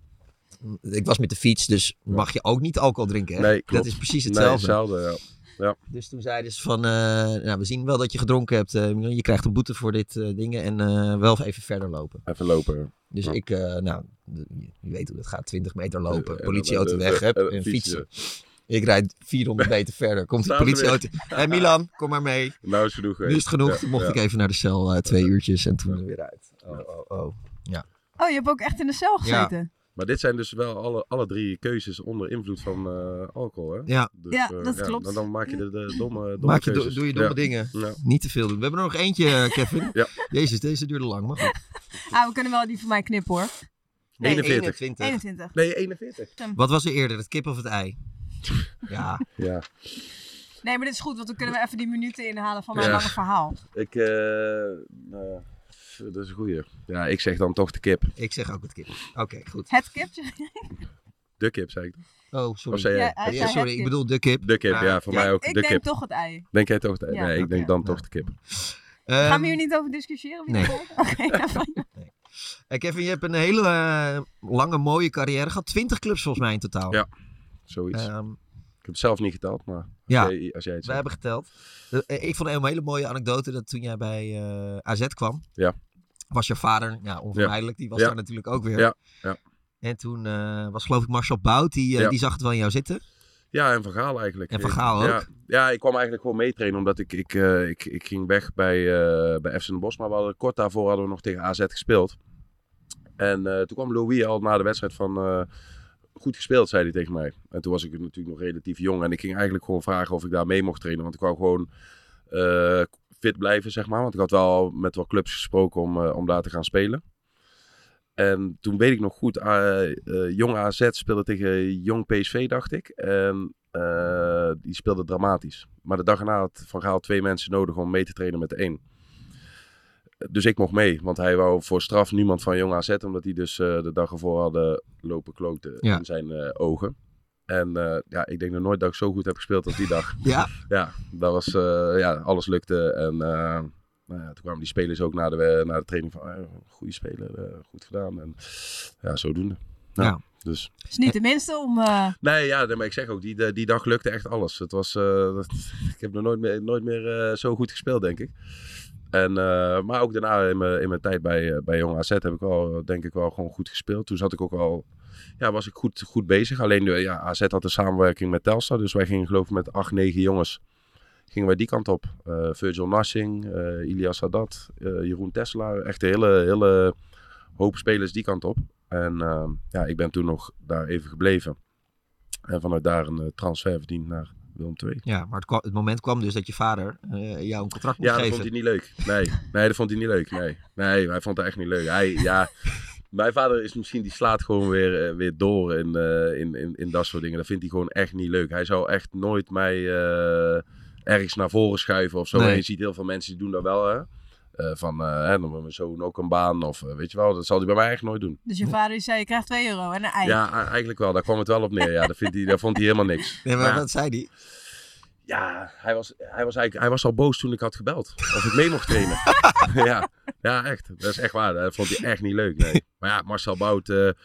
Ik was met de fiets, dus mag je ook niet alcohol drinken. Hè? Nee, klopt. Dat is precies hetzelfde. Nee, hetzelfde, ja. Dus toen zeiden ze van... we zien wel dat je gedronken hebt. Je krijgt een boete voor dit dingen. En wel even verder lopen. Even lopen. Dus ik... je weet hoe dat gaat. 20 meter lopen. Politieauto weg. En fietsen. Ik rijd 400 meter verder. Komt de politieauto. Hé Milan, kom maar mee. Nou is genoeg. Nu is het genoeg. Toen mocht ik even naar de cel 2 uurtjes. En toen weer uit. Ja. Oh, je hebt ook echt in de cel gezeten? Ja. Maar dit zijn dus wel alle 3 keuzes onder invloed van alcohol, hè? Ja, dus, dat klopt. Dan maak je de domme keuzes. Doe je domme dingen. Ja. Niet te veel doen. We hebben er nog eentje, Kevin. Ja. Jezus, deze duurde lang, maar goed. We kunnen wel die van mij knippen, hoor. Nee, 21. Nee, 41. Wat was er eerder, het kip of het ei? Ja. Nee, maar dit is goed, want dan kunnen we even die minuten inhalen van mijn lange verhaal. Dat is een goeie. Ja, ik zeg dan toch de kip. Ik zeg ook het kip. Oké, goed. Het kip? De kip, zeg ik. Oh, sorry. Of zei jij? Sorry, ik bedoel de kip. De kip, ja, voor mij ook de kip. Ik denk toch het ei. Denk jij toch het ei? Ja. Nee, ik denk dan toch de kip. Gaan we hier niet over discussiëren? Nee. Oké. Kevin, je hebt een hele lange, mooie carrière gehad. 20 clubs volgens mij in totaal. Ja, zoiets. Ik heb het zelf niet geteld, maar als jij het wij hebben geteld. Ik vond een hele mooie anekdote dat toen jij bij AZ kwam, was je vader, onvermijdelijk, die was daar natuurlijk ook weer. Ja. En toen was geloof ik Marcel Bout, die zag het wel in jou zitten. Ja, en Van Gaal eigenlijk. En Van Gaal ook? Ja, ik kwam eigenlijk gewoon meetrainen, omdat ik ging weg bij FC Den Bosch, maar kort daarvoor hadden we nog tegen AZ gespeeld. En toen kwam Louis al na de wedstrijd van... goed gespeeld, zei hij tegen mij. En toen was ik natuurlijk nog relatief jong. En ik ging eigenlijk gewoon vragen of ik daar mee mocht trainen. Want ik wou gewoon fit blijven, zeg maar. Want ik had wel met wat clubs gesproken om daar te gaan spelen. En toen weet ik nog goed, Jong AZ speelde tegen Jong PSV, dacht ik. En die speelde dramatisch. Maar de dag erna had Van Gaal 2 mensen nodig om mee te trainen met de 1. Dus ik mocht mee, want hij wou voor straf niemand van Jong AZ, omdat die dus de dag ervoor hadden lopen kloten in zijn ogen. En ik denk nog nooit dat ik zo goed heb gespeeld als die dag. Ja, dat was, alles lukte. En toen kwamen die spelers ook na de training van, goede speler, goed gedaan. En ja, zodoende. Ja. Dus. Het is niet de minste om... Nee, maar ik zeg ook, die dag lukte echt alles. Het was, ik heb nog nooit meer zo goed gespeeld, denk ik. En, maar ook daarna in mijn tijd bij Jong AZ heb ik wel, denk ik wel gewoon goed gespeeld. Toen zat ik ook wel, was ik goed bezig. Alleen AZ had een samenwerking met Telstar. Dus wij gingen geloof ik met 8, 9 jongens gingen wij die kant op. Virgil Narsing, Ilias Haddad, Jeroen Tesselaar. Echt een hele hoop spelers die kant op. En ik ben toen nog daar even gebleven. En vanuit daar een transfer verdiend naar Willem II. Ja, maar het moment kwam dus dat je vader jou een contract moest geven. Ja, dat vond hij niet leuk. Nee, dat vond hij niet leuk. Nee, hij vond het echt niet leuk. Mijn vader is misschien, die slaat gewoon weer door in dat soort dingen. Dat vindt hij gewoon echt niet leuk. Hij zou echt nooit mij ergens naar voren schuiven of zo. Nee. En je ziet heel veel mensen die doen dat wel, hè. Dan hebben mijn zoon ook een baan of weet je wel, dat zal hij bij mij echt nooit doen. Dus je vader zei, je krijgt 2 euro en een ei. Ja, eigenlijk wel, daar kwam het wel op neer. Ja, dat vond hij helemaal niks. Nee, maar wat zei hij? Ja, hij was al boos toen ik had gebeld. Of ik mee mocht trainen. ja, echt. Dat is echt waar. Dat vond hij echt niet leuk. Nee. Maar ja, Marcel Bout,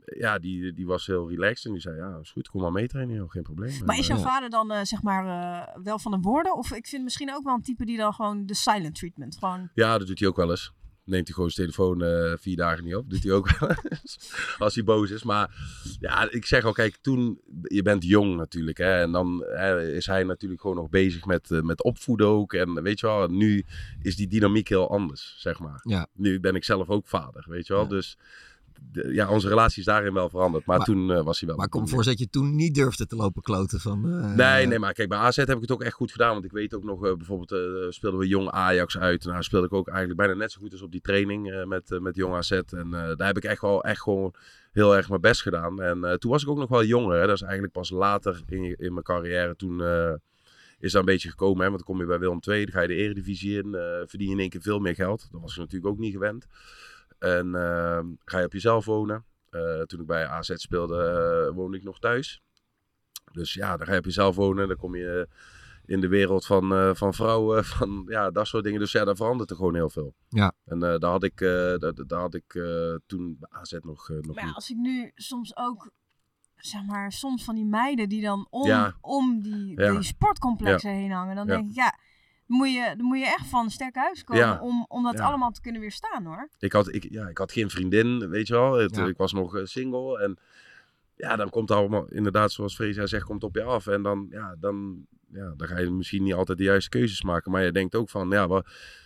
ja, die was heel relaxed en die zei, ja, is goed, kom maar mee trainen, joh, geen probleem. Maar is jouw vader dan zeg maar wel van de woorden? Of ik vind misschien ook wel een type die dan gewoon de silent treatment gewoon... Ja, dat doet hij ook wel eens. Neemt hij gewoon zijn telefoon 4 dagen niet op. Doet hij ook wel eens. Als hij boos is. Maar ja, ik zeg al, kijk, toen... Je bent jong natuurlijk. Hè, en dan is hij natuurlijk gewoon nog bezig met opvoeden ook. En weet je wel, nu is die dynamiek heel anders, zeg maar. Ja. Nu ben ik zelf ook vader, weet je wel. Ja. Dus onze relatie is daarin wel veranderd. Maar toen was hij wel... Maar kom voor dat je toen niet durfde te lopen kloten van... Nee, maar kijk, bij AZ heb ik het ook echt goed gedaan. Want ik weet ook nog, bijvoorbeeld speelden we Jong Ajax uit. Nou, speelde ik ook eigenlijk bijna net zo goed als op die training met Jong AZ. En daar heb ik echt gewoon heel erg mijn best gedaan. En toen was ik ook nog wel jonger. Hè. Dat is eigenlijk pas later in mijn carrière. Toen is dat een beetje gekomen. Hè. Want dan kom je bij Willem II, dan ga je de Eredivisie in. Verdien je in één keer veel meer geld. Dat was ik natuurlijk ook niet gewend. En ga je op jezelf wonen. Toen ik bij AZ speelde, woonde ik nog thuis. Dus ja, dan ga je op jezelf wonen. Dan kom je in de wereld van vrouwen, van ja, dat soort dingen. Dus ja, daar verandert er gewoon heel veel. Ja. En daar had ik toen bij AZ nog maar ja, niet. als ik nu soms ook, zeg maar, soms van die meiden die dan om die sportcomplexen heen hangen. Dan denk ik, ja... Dan moet je echt van sterk huis komen om dat allemaal te kunnen weerstaan, hoor. Ik had geen vriendin, weet je wel. Ik was nog single. En ja, dan komt het allemaal, inderdaad, zoals Freesia zegt, komt op je af. En dan ga je misschien niet altijd de juiste keuzes maken. Maar je denkt ook van, je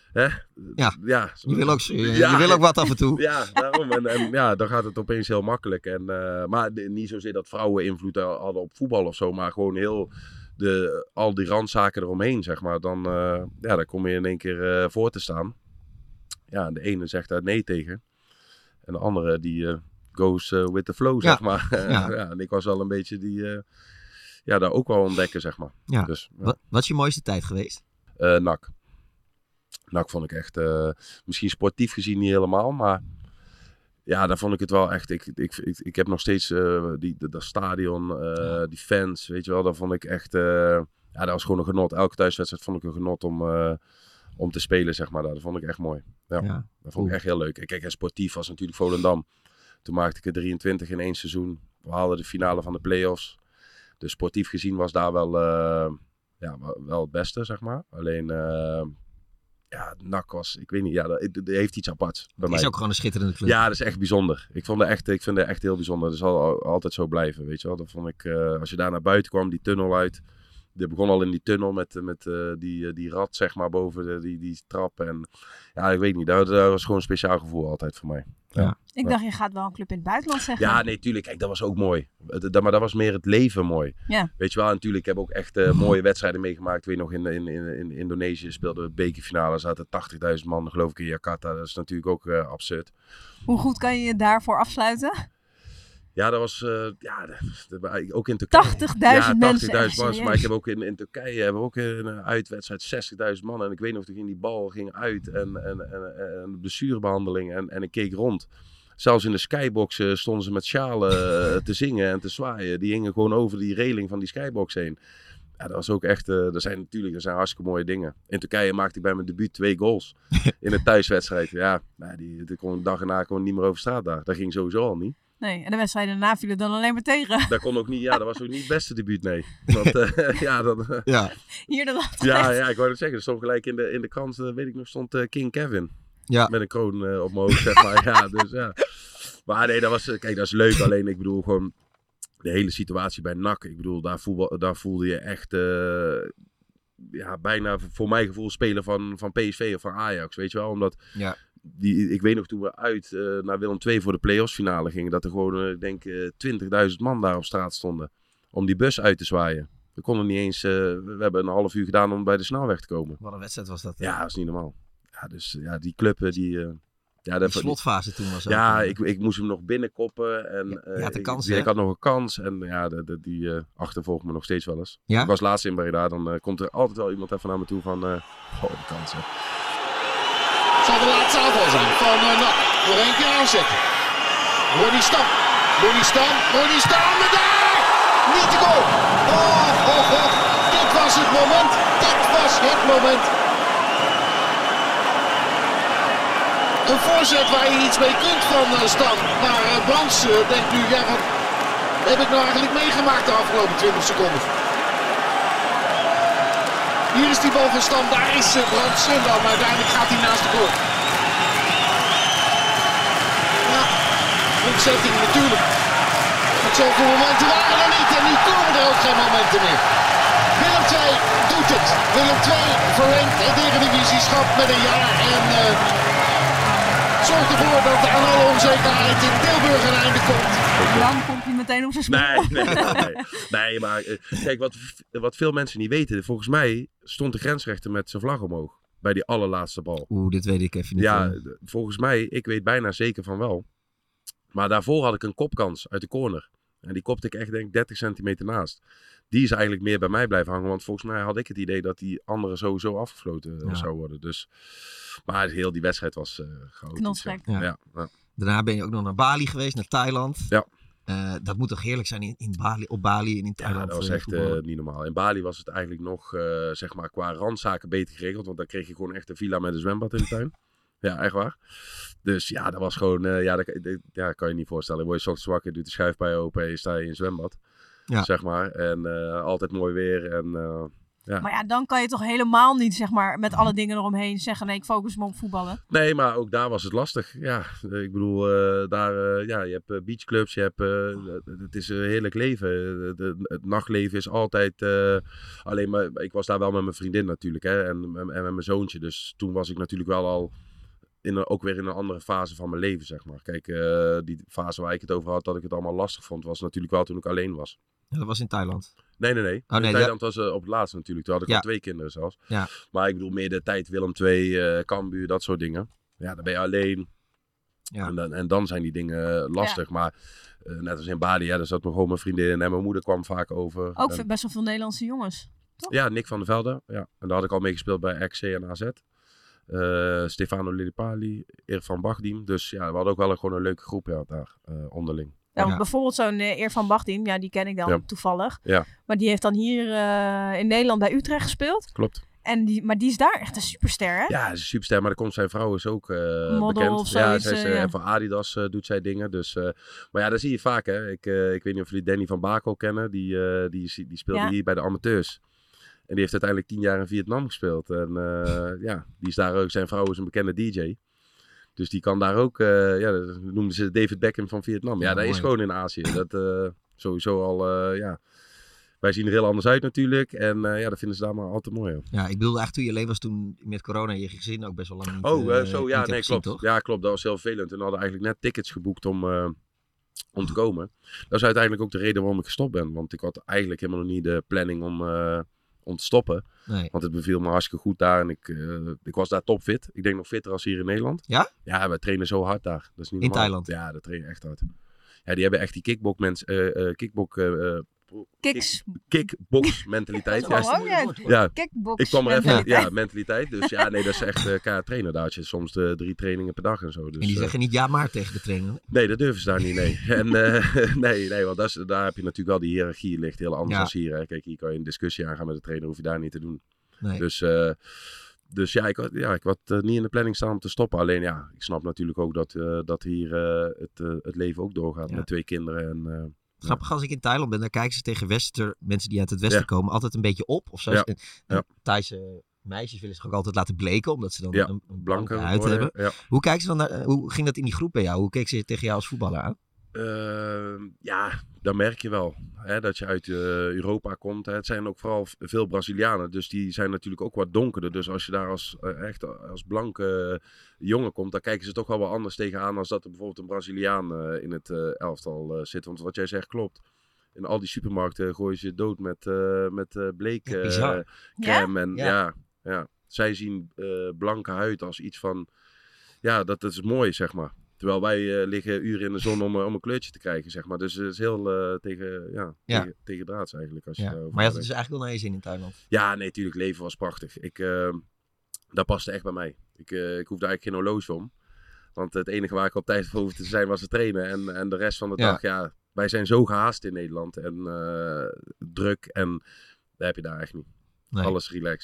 wil ook wat af en toe. Ja, daarom. En dan gaat het opeens heel makkelijk. En, maar niet zozeer dat vrouwen invloed hadden op voetbal of zo. Maar gewoon heel... al die randzaken eromheen, zeg maar, dan kom je in één keer voor te staan. Ja, de ene zegt daar nee tegen. En de andere die goes with the flow, zeg maar. En ik was wel een beetje daar ook wel ontdekken, zeg maar. Ja. Dus, Wat is je mooiste tijd geweest? NAC. NAC vond ik echt, misschien sportief gezien niet helemaal, maar... Ja, daar vond ik het wel echt. Ik heb nog steeds dat stadion, die fans, weet je wel. Dat vond ik echt... dat was gewoon een genot. Elke thuiswedstrijd vond ik een genot om te spelen, zeg maar. Dat vond ik echt mooi. Ja. Dat vond ik echt heel leuk. Kijk, en sportief was natuurlijk Volendam. Toen maakte ik er 23 in 1 seizoen. We haalden de finale van de play-offs. Dus sportief gezien was daar wel het beste, zeg maar. Alleen... NAC was, ik weet niet, dat heeft iets aparts bij mij. Het is ook gewoon een schitterende club. Ja, dat is echt bijzonder. Ik vind het echt heel bijzonder. Dat zal altijd zo blijven, weet je wel. Dat vond ik, als je daar naar buiten kwam, die tunnel uit. Je begon al in die tunnel met die rat, zeg maar, boven die trap. En ja, ik weet niet, dat was gewoon een speciaal gevoel altijd voor mij. Ja. Ik dacht, je gaat wel een club in het buitenland zeggen. Ja, nee, tuurlijk. Kijk, dat was ook mooi. Maar dat was meer het leven mooi. Ja. Weet je wel, en natuurlijk heb ik ook echt mooie wedstrijden meegemaakt. Weet je nog, in Indonesië speelden we bekerfinale. Zaten 80.000 man, geloof ik, in Jakarta. Dat is natuurlijk ook absurd. Hoe goed kan je je daarvoor afsluiten? Ja, dat was ook in Turkije. 80.000 mensen. 80.000 mensen. Maar ik heb ook in Turkije hebben we ook een uitwedstrijd 60.000 man. En ik weet nog, toen ging die bal uit en blessurebehandeling. En ik keek rond. Zelfs in de skybox stonden ze met sjalen te zingen en te zwaaien. Die hingen gewoon over die reling van die skybox heen. Ja, dat was ook echt... Dat zijn hartstikke mooie dingen. In Turkije maakte ik bij mijn debuut 2 goals. In een thuiswedstrijd. Ja, die dag erna kon niet meer over straat daar. Dat ging sowieso al niet. Nee, en de wedstrijden daarna vielen dan alleen maar tegen. Dat kon ook niet, dat was ook niet het beste debuut, nee. Want, Hier de lat. Ja, ik wou het zeggen. Er stond gelijk in de krant, weet ik nog, stond King Kevin. Ja. Met een kroon op mijn hoofd, zeg maar. Ja, dus ja. Maar nee, dat is leuk. Alleen, ik bedoel, gewoon de hele situatie bij NAC. Ik bedoel, daar voelde je echt... bijna voor mijn gevoel spelen van PSV of van Ajax, weet je wel. Omdat... Ja. Ik weet nog toen we uit naar Willem II voor de play-offs finale gingen, dat er gewoon, ik denk, 20.000 man daar op straat stonden om die bus uit te zwaaien. We konden niet eens, we hebben een half uur gedaan om bij de snelweg te komen. Wat een wedstrijd was dat? Ja, dat was niet normaal. Ja, dus die club, die slotfase toen was ook. Ja, ik moest hem nog binnenkoppen. En, ik had nog een kans en die achtervolgt me nog steeds wel eens. Ja? Ik was laatst in Breda, dan komt er altijd wel iemand even naar me toe van, de kansen. Het zal de laatste aanval zijn van NAC. Nog 1 keer aanzetten. Ronnie Stam met daar! Niet de goal! Dit was het moment. een voorzet waar je iets mee kunt van Stam. Maar Brands denkt nu, ja, wat heb ik nou eigenlijk meegemaakt de afgelopen 20 seconden? Hier is die bal van Stam, daar is Brands en dan uiteindelijk gaat hij naast de goal. Ja, ontzetting natuurlijk. Het zoveel momenten waren er niet en nu komen er ook geen momenten meer. Willem II doet het. Willem II verlengt het Eredivisieschap met een jaar en zorgt ervoor dat aan alle onzekerheid in Tilburg een einde komt. Dan komt hij meteen op zijn spoor. Nee, maar kijk, wat veel mensen niet weten. Volgens mij stond de grensrechter met zijn vlag omhoog. Bij die allerlaatste bal. Dit weet ik even niet. Ja, volgens mij, ik weet bijna zeker van wel. Maar daarvoor had ik een kopkans uit de corner. En die kopte ik echt, denk ik, 30 centimeter naast. Die is eigenlijk meer bij mij blijven hangen. Want volgens mij had ik het idee dat die andere sowieso afgefloten zou worden. Dus, maar heel die wedstrijd was chaotisch. Knotsgek. Ja. Daarna ben je ook nog naar Bali geweest, naar Thailand. Ja. Dat moet toch heerlijk zijn op Bali en in Thailand? Ja, dat was echt niet normaal. In Bali was het eigenlijk nog, zeg maar, qua randzaken beter geregeld. Want dan kreeg je gewoon echt een villa met een zwembad in de tuin. Ja, echt waar. Dus ja, dat was gewoon, dat kan je niet voorstellen. Dan word je 's ochtends wakker, doet de schuifpui open en je sta in een zwembad. Ja. Zeg maar. En altijd mooi weer. En, ja. Maar ja, dan kan je toch helemaal niet, zeg maar, met alle dingen eromheen zeggen, nee, ik focus me op voetballen. Nee, maar ook daar was het lastig. Ja, ik bedoel, je hebt beachclubs, het is een heerlijk leven. Het nachtleven is altijd, alleen maar, ik was daar wel met mijn vriendin natuurlijk, hè, en met mijn zoontje. Dus toen was ik natuurlijk wel al ook weer in een andere fase van mijn leven, zeg maar. Kijk, die fase waar ik het over had, dat ik het allemaal lastig vond, was natuurlijk wel toen ik alleen was. Ja, dat was in Thailand. Nee. In Thailand was op het laatste natuurlijk. Toen had ik al 2 kinderen zelfs. Ja. Maar ik bedoel meer de tijd Willem II, Cambuur, dat soort dingen. Ja, dan ben je alleen. Ja. En dan zijn die dingen lastig. Ja. Maar net als in Bali, daar zat nog gewoon mijn vriendin en mijn moeder kwam vaak over. Ook best wel veel Nederlandse jongens, toch? Ja, Nick van der Velde. Ja. En daar had ik al mee gespeeld bij RKC en AZ. Stefano Lillipali, Irfan Bagdim. Dus ja, we hadden ook wel gewoon een leuke groep daar onderling. Ja, bijvoorbeeld zo'n Irfan Bagdim, ja, die ken ik dan toevallig. Ja. Maar die heeft dan hier in Nederland bij Utrecht gespeeld. Klopt. Maar die is daar echt een superster, hè? Ja, een superster, maar zijn vrouw is ook model bekend. Of zoiets, En voor Adidas doet zij dingen. Dus, maar ja, dat zie je vaak, hè. Ik weet niet of jullie Danny van Bakel kennen. Die speelde hier bij de amateurs. En die heeft uiteindelijk 10 jaar in Vietnam gespeeld. En die is daar ook. Zijn vrouw is een bekende DJ. Dus die kan daar ook, dat noemden ze David Beckham van Vietnam. Ja, dat is gewoon in Azië. Dat sowieso al, wij zien er heel anders uit natuurlijk. En dat vinden ze daar maar altijd mooi. Ja, ik bedoelde eigenlijk toen je alleen was toen met corona je gezin ook best wel lang niet niet klopt. Toch? Ja, klopt. Dat was heel vervelend. En we hadden eigenlijk net tickets geboekt om te komen. Dat is uiteindelijk ook de reden waarom ik gestopt ben. Want ik had eigenlijk helemaal nog niet de planning om te stoppen. Nee. Want het beviel me hartstikke goed daar. En ik was daar topfit. Ik denk nog fitter als hier in Nederland. Ja? Ja, we trainen zo hard daar. Dat is niet in normaal. Thailand? Ja, dat trainen echt hard. Ja, die hebben echt die kickbox mentaliteit. Ja, kickbox ik kwam er even mentaliteit. Dus ja, nee, dat is echt trainen. Daar had je soms 3 trainingen per dag en zo. Dus, en die zeggen niet ja maar tegen de trainer? Nee, dat durven ze daar niet, nee. En nee, want daar heb je natuurlijk wel die hiërarchie ligt heel anders dan hier. Hè. Kijk, hier kan je een discussie aangaan met de trainer, hoef je daar niet te doen. Nee. Dus ja, ik had niet in de planning staan om te stoppen. Alleen ja, ik snap natuurlijk ook dat hier het leven ook doorgaat met 2 kinderen. En, grappig, als ik in Thailand ben, dan kijken ze tegen mensen die uit het westen komen altijd een beetje op. Of zo. Thaise meisjes willen zich ook altijd laten bleken, omdat ze dan een blanke huid hebben. Ja. Hoe kijken ze dan naar, hoe ging dat in die groep bij jou? Hoe keek ze tegen jou als voetballer aan? Dan merk je wel hè, dat je uit Europa komt. Hè. Het zijn ook vooral veel Brazilianen, dus die zijn natuurlijk ook wat donkerder. Dus als je daar als blanke jongen komt, dan kijken ze toch wel wat anders tegenaan als dat er bijvoorbeeld een Braziliaan in het elftal zit. Want wat jij zegt klopt. In al die supermarkten gooien ze dood met bleekcrème. En ja, zij zien blanke huid als iets van, ja, dat is mooi, zeg maar. Terwijl wij liggen uren in de zon om een kleurtje te krijgen, zeg maar. Dus het is heel tegen draads eigenlijk. Maar je had het dus eigenlijk wel naar je zin in Thailand? Ja, nee, natuurlijk. Leven was prachtig. Dat paste echt bij mij. Ik hoefde eigenlijk geen horloge om. Want het enige waar ik op tijd voor hoefde te zijn was het trainen. En de rest van de dag, wij zijn zo gehaast in Nederland. En druk. En dat heb je daar echt niet. Nee. Alles relaxed.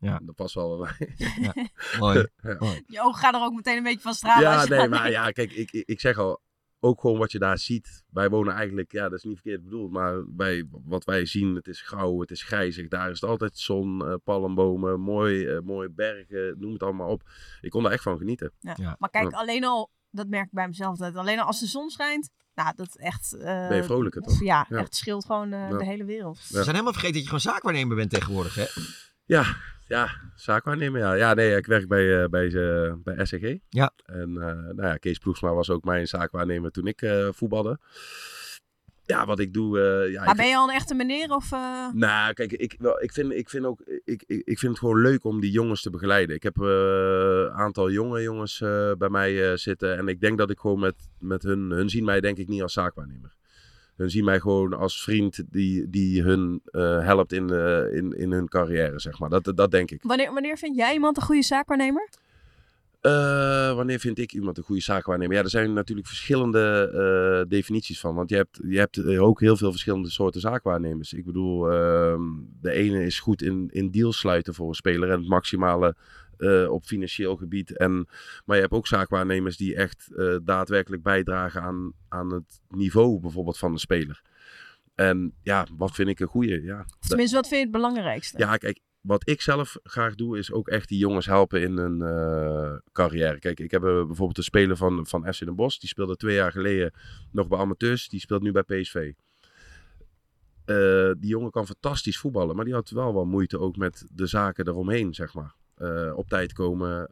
Ja. Dat past wel bij mij. Ja. Mooi. Ja. Mooi. Je ogen gaan er ook meteen een beetje van stralen. Ja, als je nee, dat maar denkt. ja, kijk, ik zeg al, ook gewoon wat je daar ziet. Wij wonen eigenlijk, ja, dat is niet verkeerd bedoeld, maar wat wij zien, het is grauw, het is grijzig. Daar is het altijd zon, palmbomen, mooie bergen, noem het allemaal op. Ik kon daar echt van genieten. Ja. Ja. Maar kijk, alleen al, dat merk ik bij mezelf altijd. Alleen al als de zon schijnt, nou, dat echt... Ben je vrolijker, toch? Ja, Ja. echt scheelt gewoon de hele wereld. We zijn helemaal vergeten dat je gewoon zaakwaarnemer bent tegenwoordig, hè? Ja, zaakwaarnemer, ja. Ja, nee, ik werk bij SCG. Ja. En nou ja, Kees Ploegsma was ook mijn zaakwaarnemer toen ik voetbalde. Ja, wat ik doe... Maar ben je al een echte meneer of... Nou, kijk, ik vind het gewoon leuk om die jongens te begeleiden. Ik heb een aantal jonge jongens bij mij zitten. En ik denk dat ik gewoon met hun zien mij denk ik niet als zaakwaarnemer. Hun zien mij gewoon als vriend die hun helpt in hun carrière, zeg maar. Dat denk ik. Wanneer vind jij iemand een goede zaakwaarnemer? Wanneer vind ik iemand een goede zaakwaarnemer? Ja, er zijn natuurlijk verschillende definities van. Want je hebt ook heel veel verschillende soorten zaakwaarnemers. Ik bedoel, de ene is goed in deals sluiten voor een speler en het maximale op financieel gebied. Maar je hebt ook zaakwaarnemers die echt daadwerkelijk bijdragen aan het niveau bijvoorbeeld van de speler. En ja, wat vind ik een goede? Ja, Tenminste, wat vind je het belangrijkste? Ja, kijk, wat ik zelf graag doe, is ook echt die jongens helpen in hun carrière. Kijk, ik heb bijvoorbeeld een speler van FC Den Bosch. Die speelde 2 jaar geleden nog bij amateurs. Die speelt nu bij PSV. Die jongen kan fantastisch voetballen. Maar die had wel wat moeite ook met de zaken eromheen, zeg maar. Op tijd komen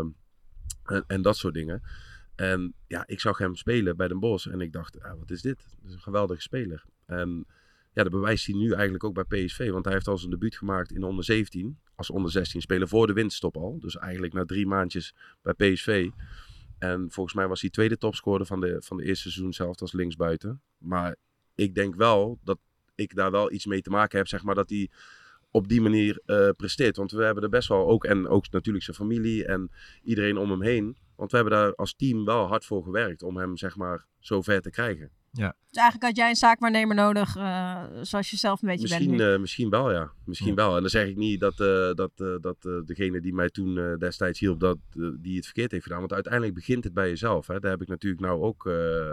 en dat soort dingen. En ja, ik zag hem spelen bij Den Bosch. En ik dacht, wat is dit? Dat is een geweldige speler. En ja, dat bewijst hij nu eigenlijk ook bij PSV. Want hij heeft al zijn debuut gemaakt in onder 17. Als onder 16 speler voor de winterstop al. Dus eigenlijk na 3 maandjes bij PSV. En volgens mij was hij tweede topscorer van de eerste seizoen zelf als linksbuiten. Maar ik denk wel dat ik daar wel iets mee te maken heb. Zeg maar dat hij op die manier presteert. Want we hebben er best wel ook. En ook natuurlijk zijn familie en iedereen om hem heen. Want we hebben daar als team wel hard voor gewerkt. Om hem zeg maar zo ver te krijgen. Ja. Dus eigenlijk had jij een zaakwaarnemer nodig, zoals je zelf een beetje bent nu. Misschien wel, ja. Misschien wel. En dan zeg ik niet dat degene die mij toen destijds hielp, die het verkeerd heeft gedaan. Want uiteindelijk begint het bij jezelf. Hè. Daar heb ik natuurlijk nou ook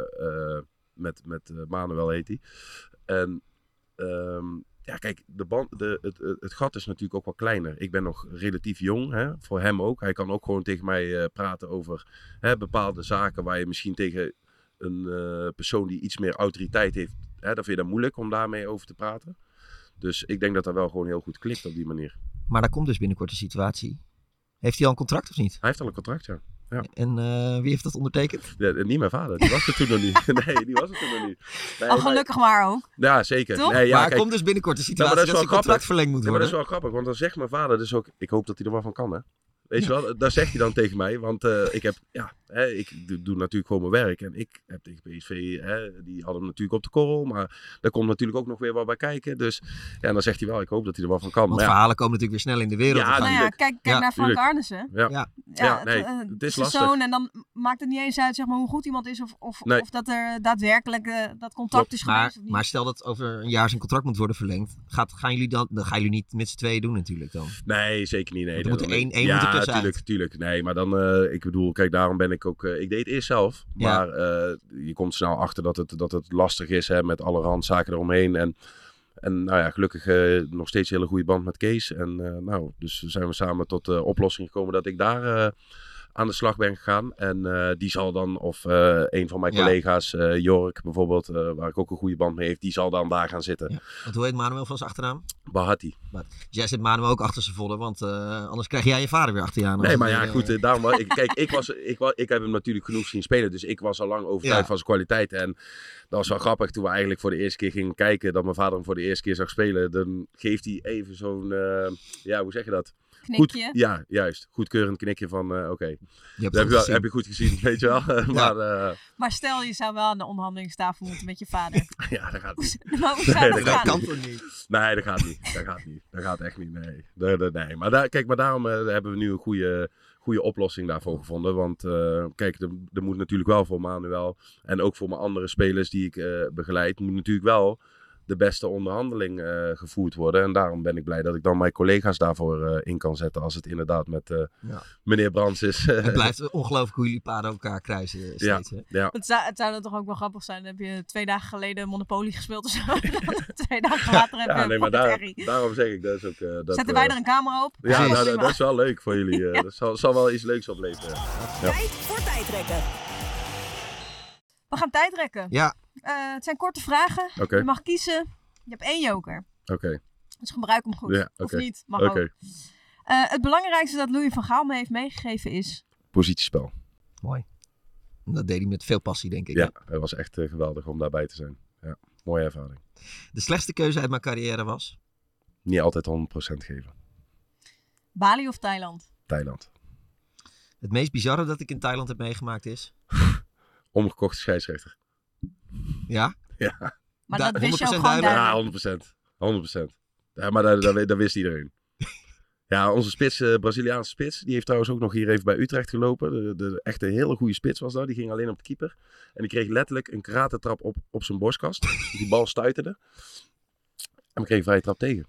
met Manuel heet hij. En ja, kijk, het gat is natuurlijk ook wel kleiner. Ik ben nog relatief jong, hè, voor hem ook. Hij kan ook gewoon tegen mij praten over bepaalde zaken waar je misschien tegen een persoon die iets meer autoriteit heeft, dan vind je dat moeilijk om daarmee over te praten. Dus ik denk dat dat wel gewoon heel goed klikt op die manier. Maar daar komt dus binnenkort een situatie. Heeft hij al een contract of niet? Hij heeft al een contract, ja. Ja. En wie heeft dat ondertekend? Ja, niet mijn vader, die was er toen nog niet. Nee, die was er toen nog niet. Nee, gelukkig maar ook. Ja, zeker. Toch? Nee, ja, maar kijk, komt dus binnenkort een situatie dat dat zijn contract verlengd moet maar worden. dat is wel grappig, want dan zegt mijn vader dus ook, ik hoop dat hij er wel van kan, hè. Weet je wel, daar zegt hij dan tegen mij, want ik doe natuurlijk gewoon mijn werk. En ik heb tegen PSV, die hadden hem natuurlijk op de korrel, maar daar komt natuurlijk ook nog weer wat bij kijken. Dus ja, dan zegt hij wel, ik hoop dat hij er wel van kan. Want maar verhalen komen natuurlijk weer snel in de wereld. Ja, Nou ja, kijk naar Frank Arnissen. Ja, nee, het is lastig. Zoon, en dan maakt het niet eens uit zeg maar, hoe goed iemand is of dat er daadwerkelijk dat contact is geweest. Maar stel dat over een jaar zijn contract moet worden verlengd, gaan jullie niet met z'n tweeën doen natuurlijk dan? Nee, zeker niet. Nee. Er moet er één tussenuit. Tuurlijk. Nee, maar dan, ik bedoel, kijk, daarom ben ik ook, ik deed het eerst zelf. Maar je komt snel achter dat het lastig is, hè, met alle randzaken eromheen. En nou ja, gelukkig nog steeds een hele goede band met Kees. En dus zijn we samen tot de oplossing gekomen dat ik daar aan de slag ben gegaan. En die zal dan, of een van mijn collega's, Jork bijvoorbeeld, waar ik ook een goede band mee heeft, die zal dan daar gaan zitten. Ja. Want hoe heet Manuel van zijn achternaam? Bahati. Dus jij zit Manuel ook achter zijn vodden, want anders krijg jij je vader weer achter je aan. Nee, maar ja, goed, daarom, ik heb hem natuurlijk genoeg zien spelen, dus ik was al lang overtuigd van zijn kwaliteiten. En dat was wel grappig, toen we eigenlijk voor de eerste keer gingen kijken, dat mijn vader hem voor de eerste keer zag spelen, dan geeft hij even zo'n, hoe zeg je dat? Knikje. Goed, ja, juist. Goedkeurend knikje van oké. Dat heb je goed gezien, weet je wel. Maar stel, je zou wel aan de onderhandelingstafel moeten met je vader. Ja, dat gaat niet. Dat kan toch niet? Nee, dat gaat niet. Dat gaat echt niet, nee. Maar daarom hebben we nu een goede oplossing daarvoor gevonden. Want kijk, er moet natuurlijk wel voor Manuel en ook voor mijn andere spelers die ik begeleid, moet natuurlijk wel de beste onderhandeling gevoerd worden. En daarom ben ik blij dat ik dan mijn collega's daarvoor in kan zetten. Als het inderdaad met meneer Brands is. Het blijft ongelooflijk hoe jullie paden elkaar kruisen steeds. Hè? Ja. Het zou dan toch ook wel grappig zijn. Dan heb je 2 dagen geleden Monopoly gespeeld of zo. 2 dagen later heb je maar Pocket daarom zeg ik dat is ook... Zetten wij er een camera op? Ja, dat is wel leuk voor jullie. Dat zal wel iets leuks opleveren. Tijd voor tijdrekken. We gaan tijdrekken. Ja. Het zijn korte vragen. Okay. Je mag kiezen. Je hebt 1 joker. Oké. Dus gebruik hem goed. Ja, Of niet, mag ook. Het belangrijkste dat Louis van Gaal me heeft meegegeven is... Positiespel. Mooi. Dat deed hij met veel passie, denk ik. Ja, het was echt geweldig om daarbij te zijn. Ja, mooie ervaring. De slechtste keuze uit mijn carrière was? Niet altijd 100% geven. Bali of Thailand? Thailand. Het meest bizarre dat ik in Thailand heb meegemaakt is? Omgekochte scheidsrechter. Ja? Ja. Maar dat wist je ook gewoon duidelijk. Ja, 100%. Ja, maar dat wist iedereen. Ja, onze spits, Braziliaanse spits, die heeft trouwens ook nog hier even bij Utrecht gelopen. De echt een hele goede spits was dat. Die ging alleen op de keeper. En die kreeg letterlijk een karatentrap op zijn borstkast. Die bal stuiterde. En we kregen vrije trap tegen.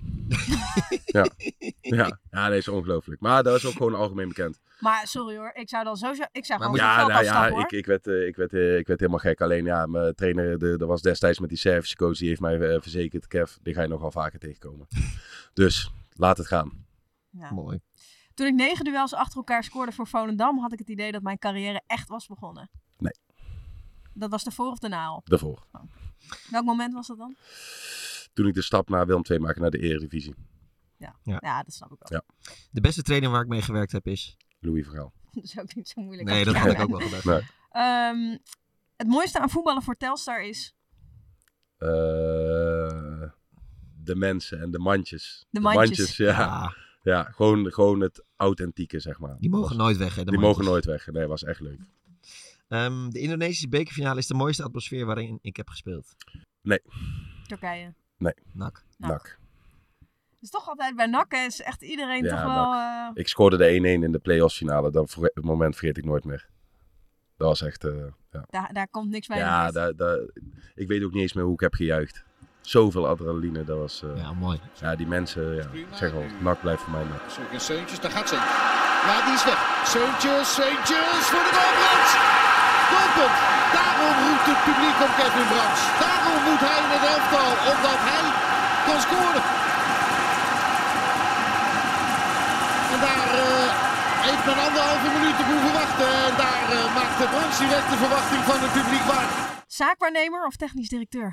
Ja, nee, is ongelooflijk. Maar dat is ook gewoon algemeen bekend. Maar sorry hoor, ik zou dan sowieso... Ik zou gewoon ik werd helemaal gek. Alleen ja, mijn trainer, dat was destijds met die Servische coach, die heeft mij verzekerd, Kev, die ga je nogal vaker tegenkomen. Dus, laat het gaan. Ja. Mooi. Toen ik 9 duels achter elkaar scoorde voor Volendam, had ik het idee dat mijn carrière echt was begonnen. Nee. Dat was ervoor of daarna al? Daarvoor. Oh. Welk moment was dat dan? Toen ik de stap naar Willem II maakte, naar de Eredivisie. Ja, dat snap ik wel. Ja. De beste trainer waar ik mee gewerkt heb is? Louis van Gaal. Dat is ook niet zo moeilijk. Nee, dat had ik ook wel gedacht. Nee. Het mooiste aan voetballen voor Telstar is? De mensen en de mandjes. De mandjes. Ja, gewoon het authentieke, zeg maar. Die mogen nooit weg, hè? Die mogen nooit weg. Nee, was echt leuk. De Indonesische bekerfinale is de mooiste atmosfeer waarin ik heb gespeeld. Nee. Turkije. Nee. NAC. Dus toch altijd bij NAC is echt iedereen toch wel... Ik scoorde de 1-1 in de play-offs finale. Dat moment vergeet ik nooit meer. Dat was echt... Daar komt niks bij. Ja, ik weet ook niet eens meer hoe ik heb gejuicht. Zoveel adrenaline, dat was... mooi. Ja, die mensen, zeg al, NAC blijft voor mij NAC. En Seuntjes, daar gaat ze. Ja, die is weg. Seuntjes voor de goal, Brands. Doelpunt. Daarom roept het publiek om Kevin Brands. Daarom moet hij in het elftal, omdat hij kan scoren. En daar heeft men 1,5 minuut op hoeven wachten. En daar maakt de Brands direct de verwachting van het publiek waar. Zaakwaarnemer of technisch directeur?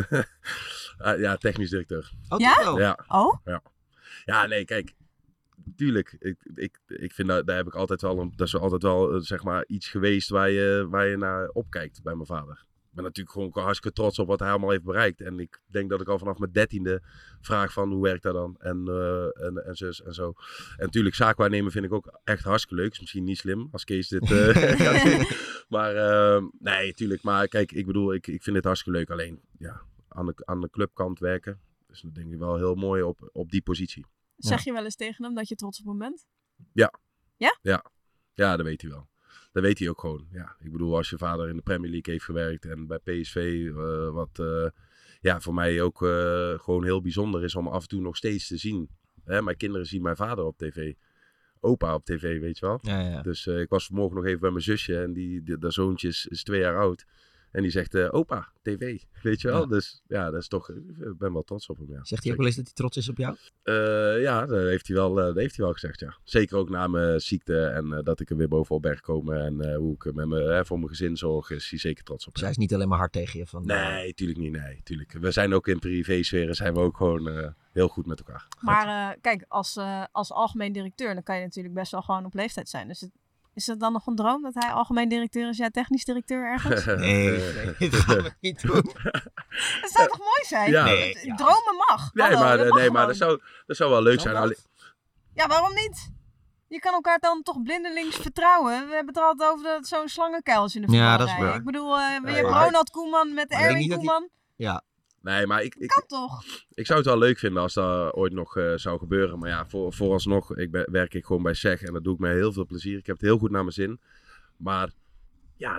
Ja, technisch directeur. Oh, ja? Ja. Oh? Ja, nee, kijk. Tuurlijk, ik vind daar heb ik altijd wel dat is altijd wel zeg maar iets geweest waar je naar opkijkt bij mijn vader. Ik ben natuurlijk gewoon hartstikke trots op wat hij allemaal heeft bereikt. En ik denk dat ik al vanaf mijn 13e vraag van hoe werkt dat dan? En zus en zo. En natuurlijk, zaakwaarnemen vind ik ook echt hartstikke leuk. Is misschien niet slim als Kees dit gaat doen. Maar nee, tuurlijk. Maar kijk, ik bedoel, ik vind het hartstikke leuk. Alleen, ja, aan de clubkant werken. Dus dat denk ik wel heel mooi op die positie. Zeg je wel eens tegen hem dat je trots op hem bent? Ja. Ja? Ja, dat weet hij wel. Dat weet hij ook gewoon. Ja, ik bedoel, als je vader in de Premier League heeft gewerkt en bij PSV, wat voor mij ook gewoon heel bijzonder is om af en toe nog steeds te zien. Hè, mijn kinderen zien mijn vader op tv. Opa op tv, weet je wel. Ja. Dus ik was vanmorgen nog even bij mijn zusje en dat zoontje is 2 jaar oud. En die zegt, opa, tv, weet je wel. Ja. Dus ja, dat is toch, ik ben wel trots op hem. Ja. Zegt hij ook wel eens dat hij trots is op jou? Ja, dat heeft hij wel gezegd, ja. Zeker ook na mijn ziekte en dat ik er weer bovenop ben gekomen. En hoe ik voor mijn gezin zorg, is hij zeker trots op. Dus hij is niet alleen maar hard tegen je? Van, nee, tuurlijk niet. Nee, tuurlijk. We zijn ook in privésferen, zijn we ook gewoon heel goed met elkaar. Maar kijk, als algemeen directeur, dan kan je natuurlijk best wel gewoon op leeftijd zijn. Dus is het dan nog een droom dat hij algemeen directeur is, jij technisch directeur ergens? Nee, dat gaan we niet doen. Dat zou toch mooi zijn? Ja. Nee, dromen mag. Maar dat zou wel leuk zijn. Ja, waarom niet? Je kan elkaar dan toch blindelings vertrouwen. We hebben het er altijd over dat zo'n slangenkuil is in de voetballerij. Ja, dat is waar. Ik bedoel, je hebt Ronald Koeman met Erwin Koeman. Ja. Nee, maar kan toch? Ik zou het wel leuk vinden als dat ooit nog zou gebeuren. Maar ja, vooralsnog werk ik gewoon bij SEG en dat doe ik met heel veel plezier. Ik heb het heel goed naar mijn zin. Maar ja,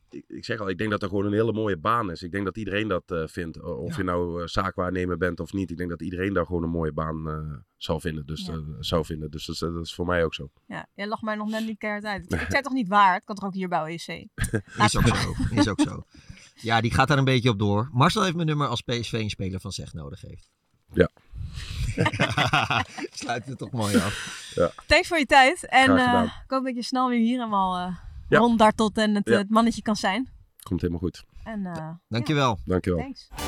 ik zeg al, ik denk dat er gewoon een hele mooie baan is. Ik denk dat iedereen dat vindt. Of je nou zaakwaarnemer bent of niet. Ik denk dat iedereen daar gewoon een mooie baan zal vinden. Dus dat is voor mij ook zo. Ja, jij lacht mij nog net niet keihard uit. Ik zei toch niet waar? Het kan toch ook hier bij OEC? Is ook zo. Ja, die gaat daar een beetje op door. Marcel heeft mijn nummer als PSV een speler van zeg nodig heeft. Ja. Sluit het toch mooi af. Ja. Thanks voor je tijd. En ik hoop dat je snel weer hier helemaal ronddartelt en het mannetje kan zijn. Komt helemaal goed. En, Dankjewel. Dankjewel. Thanks.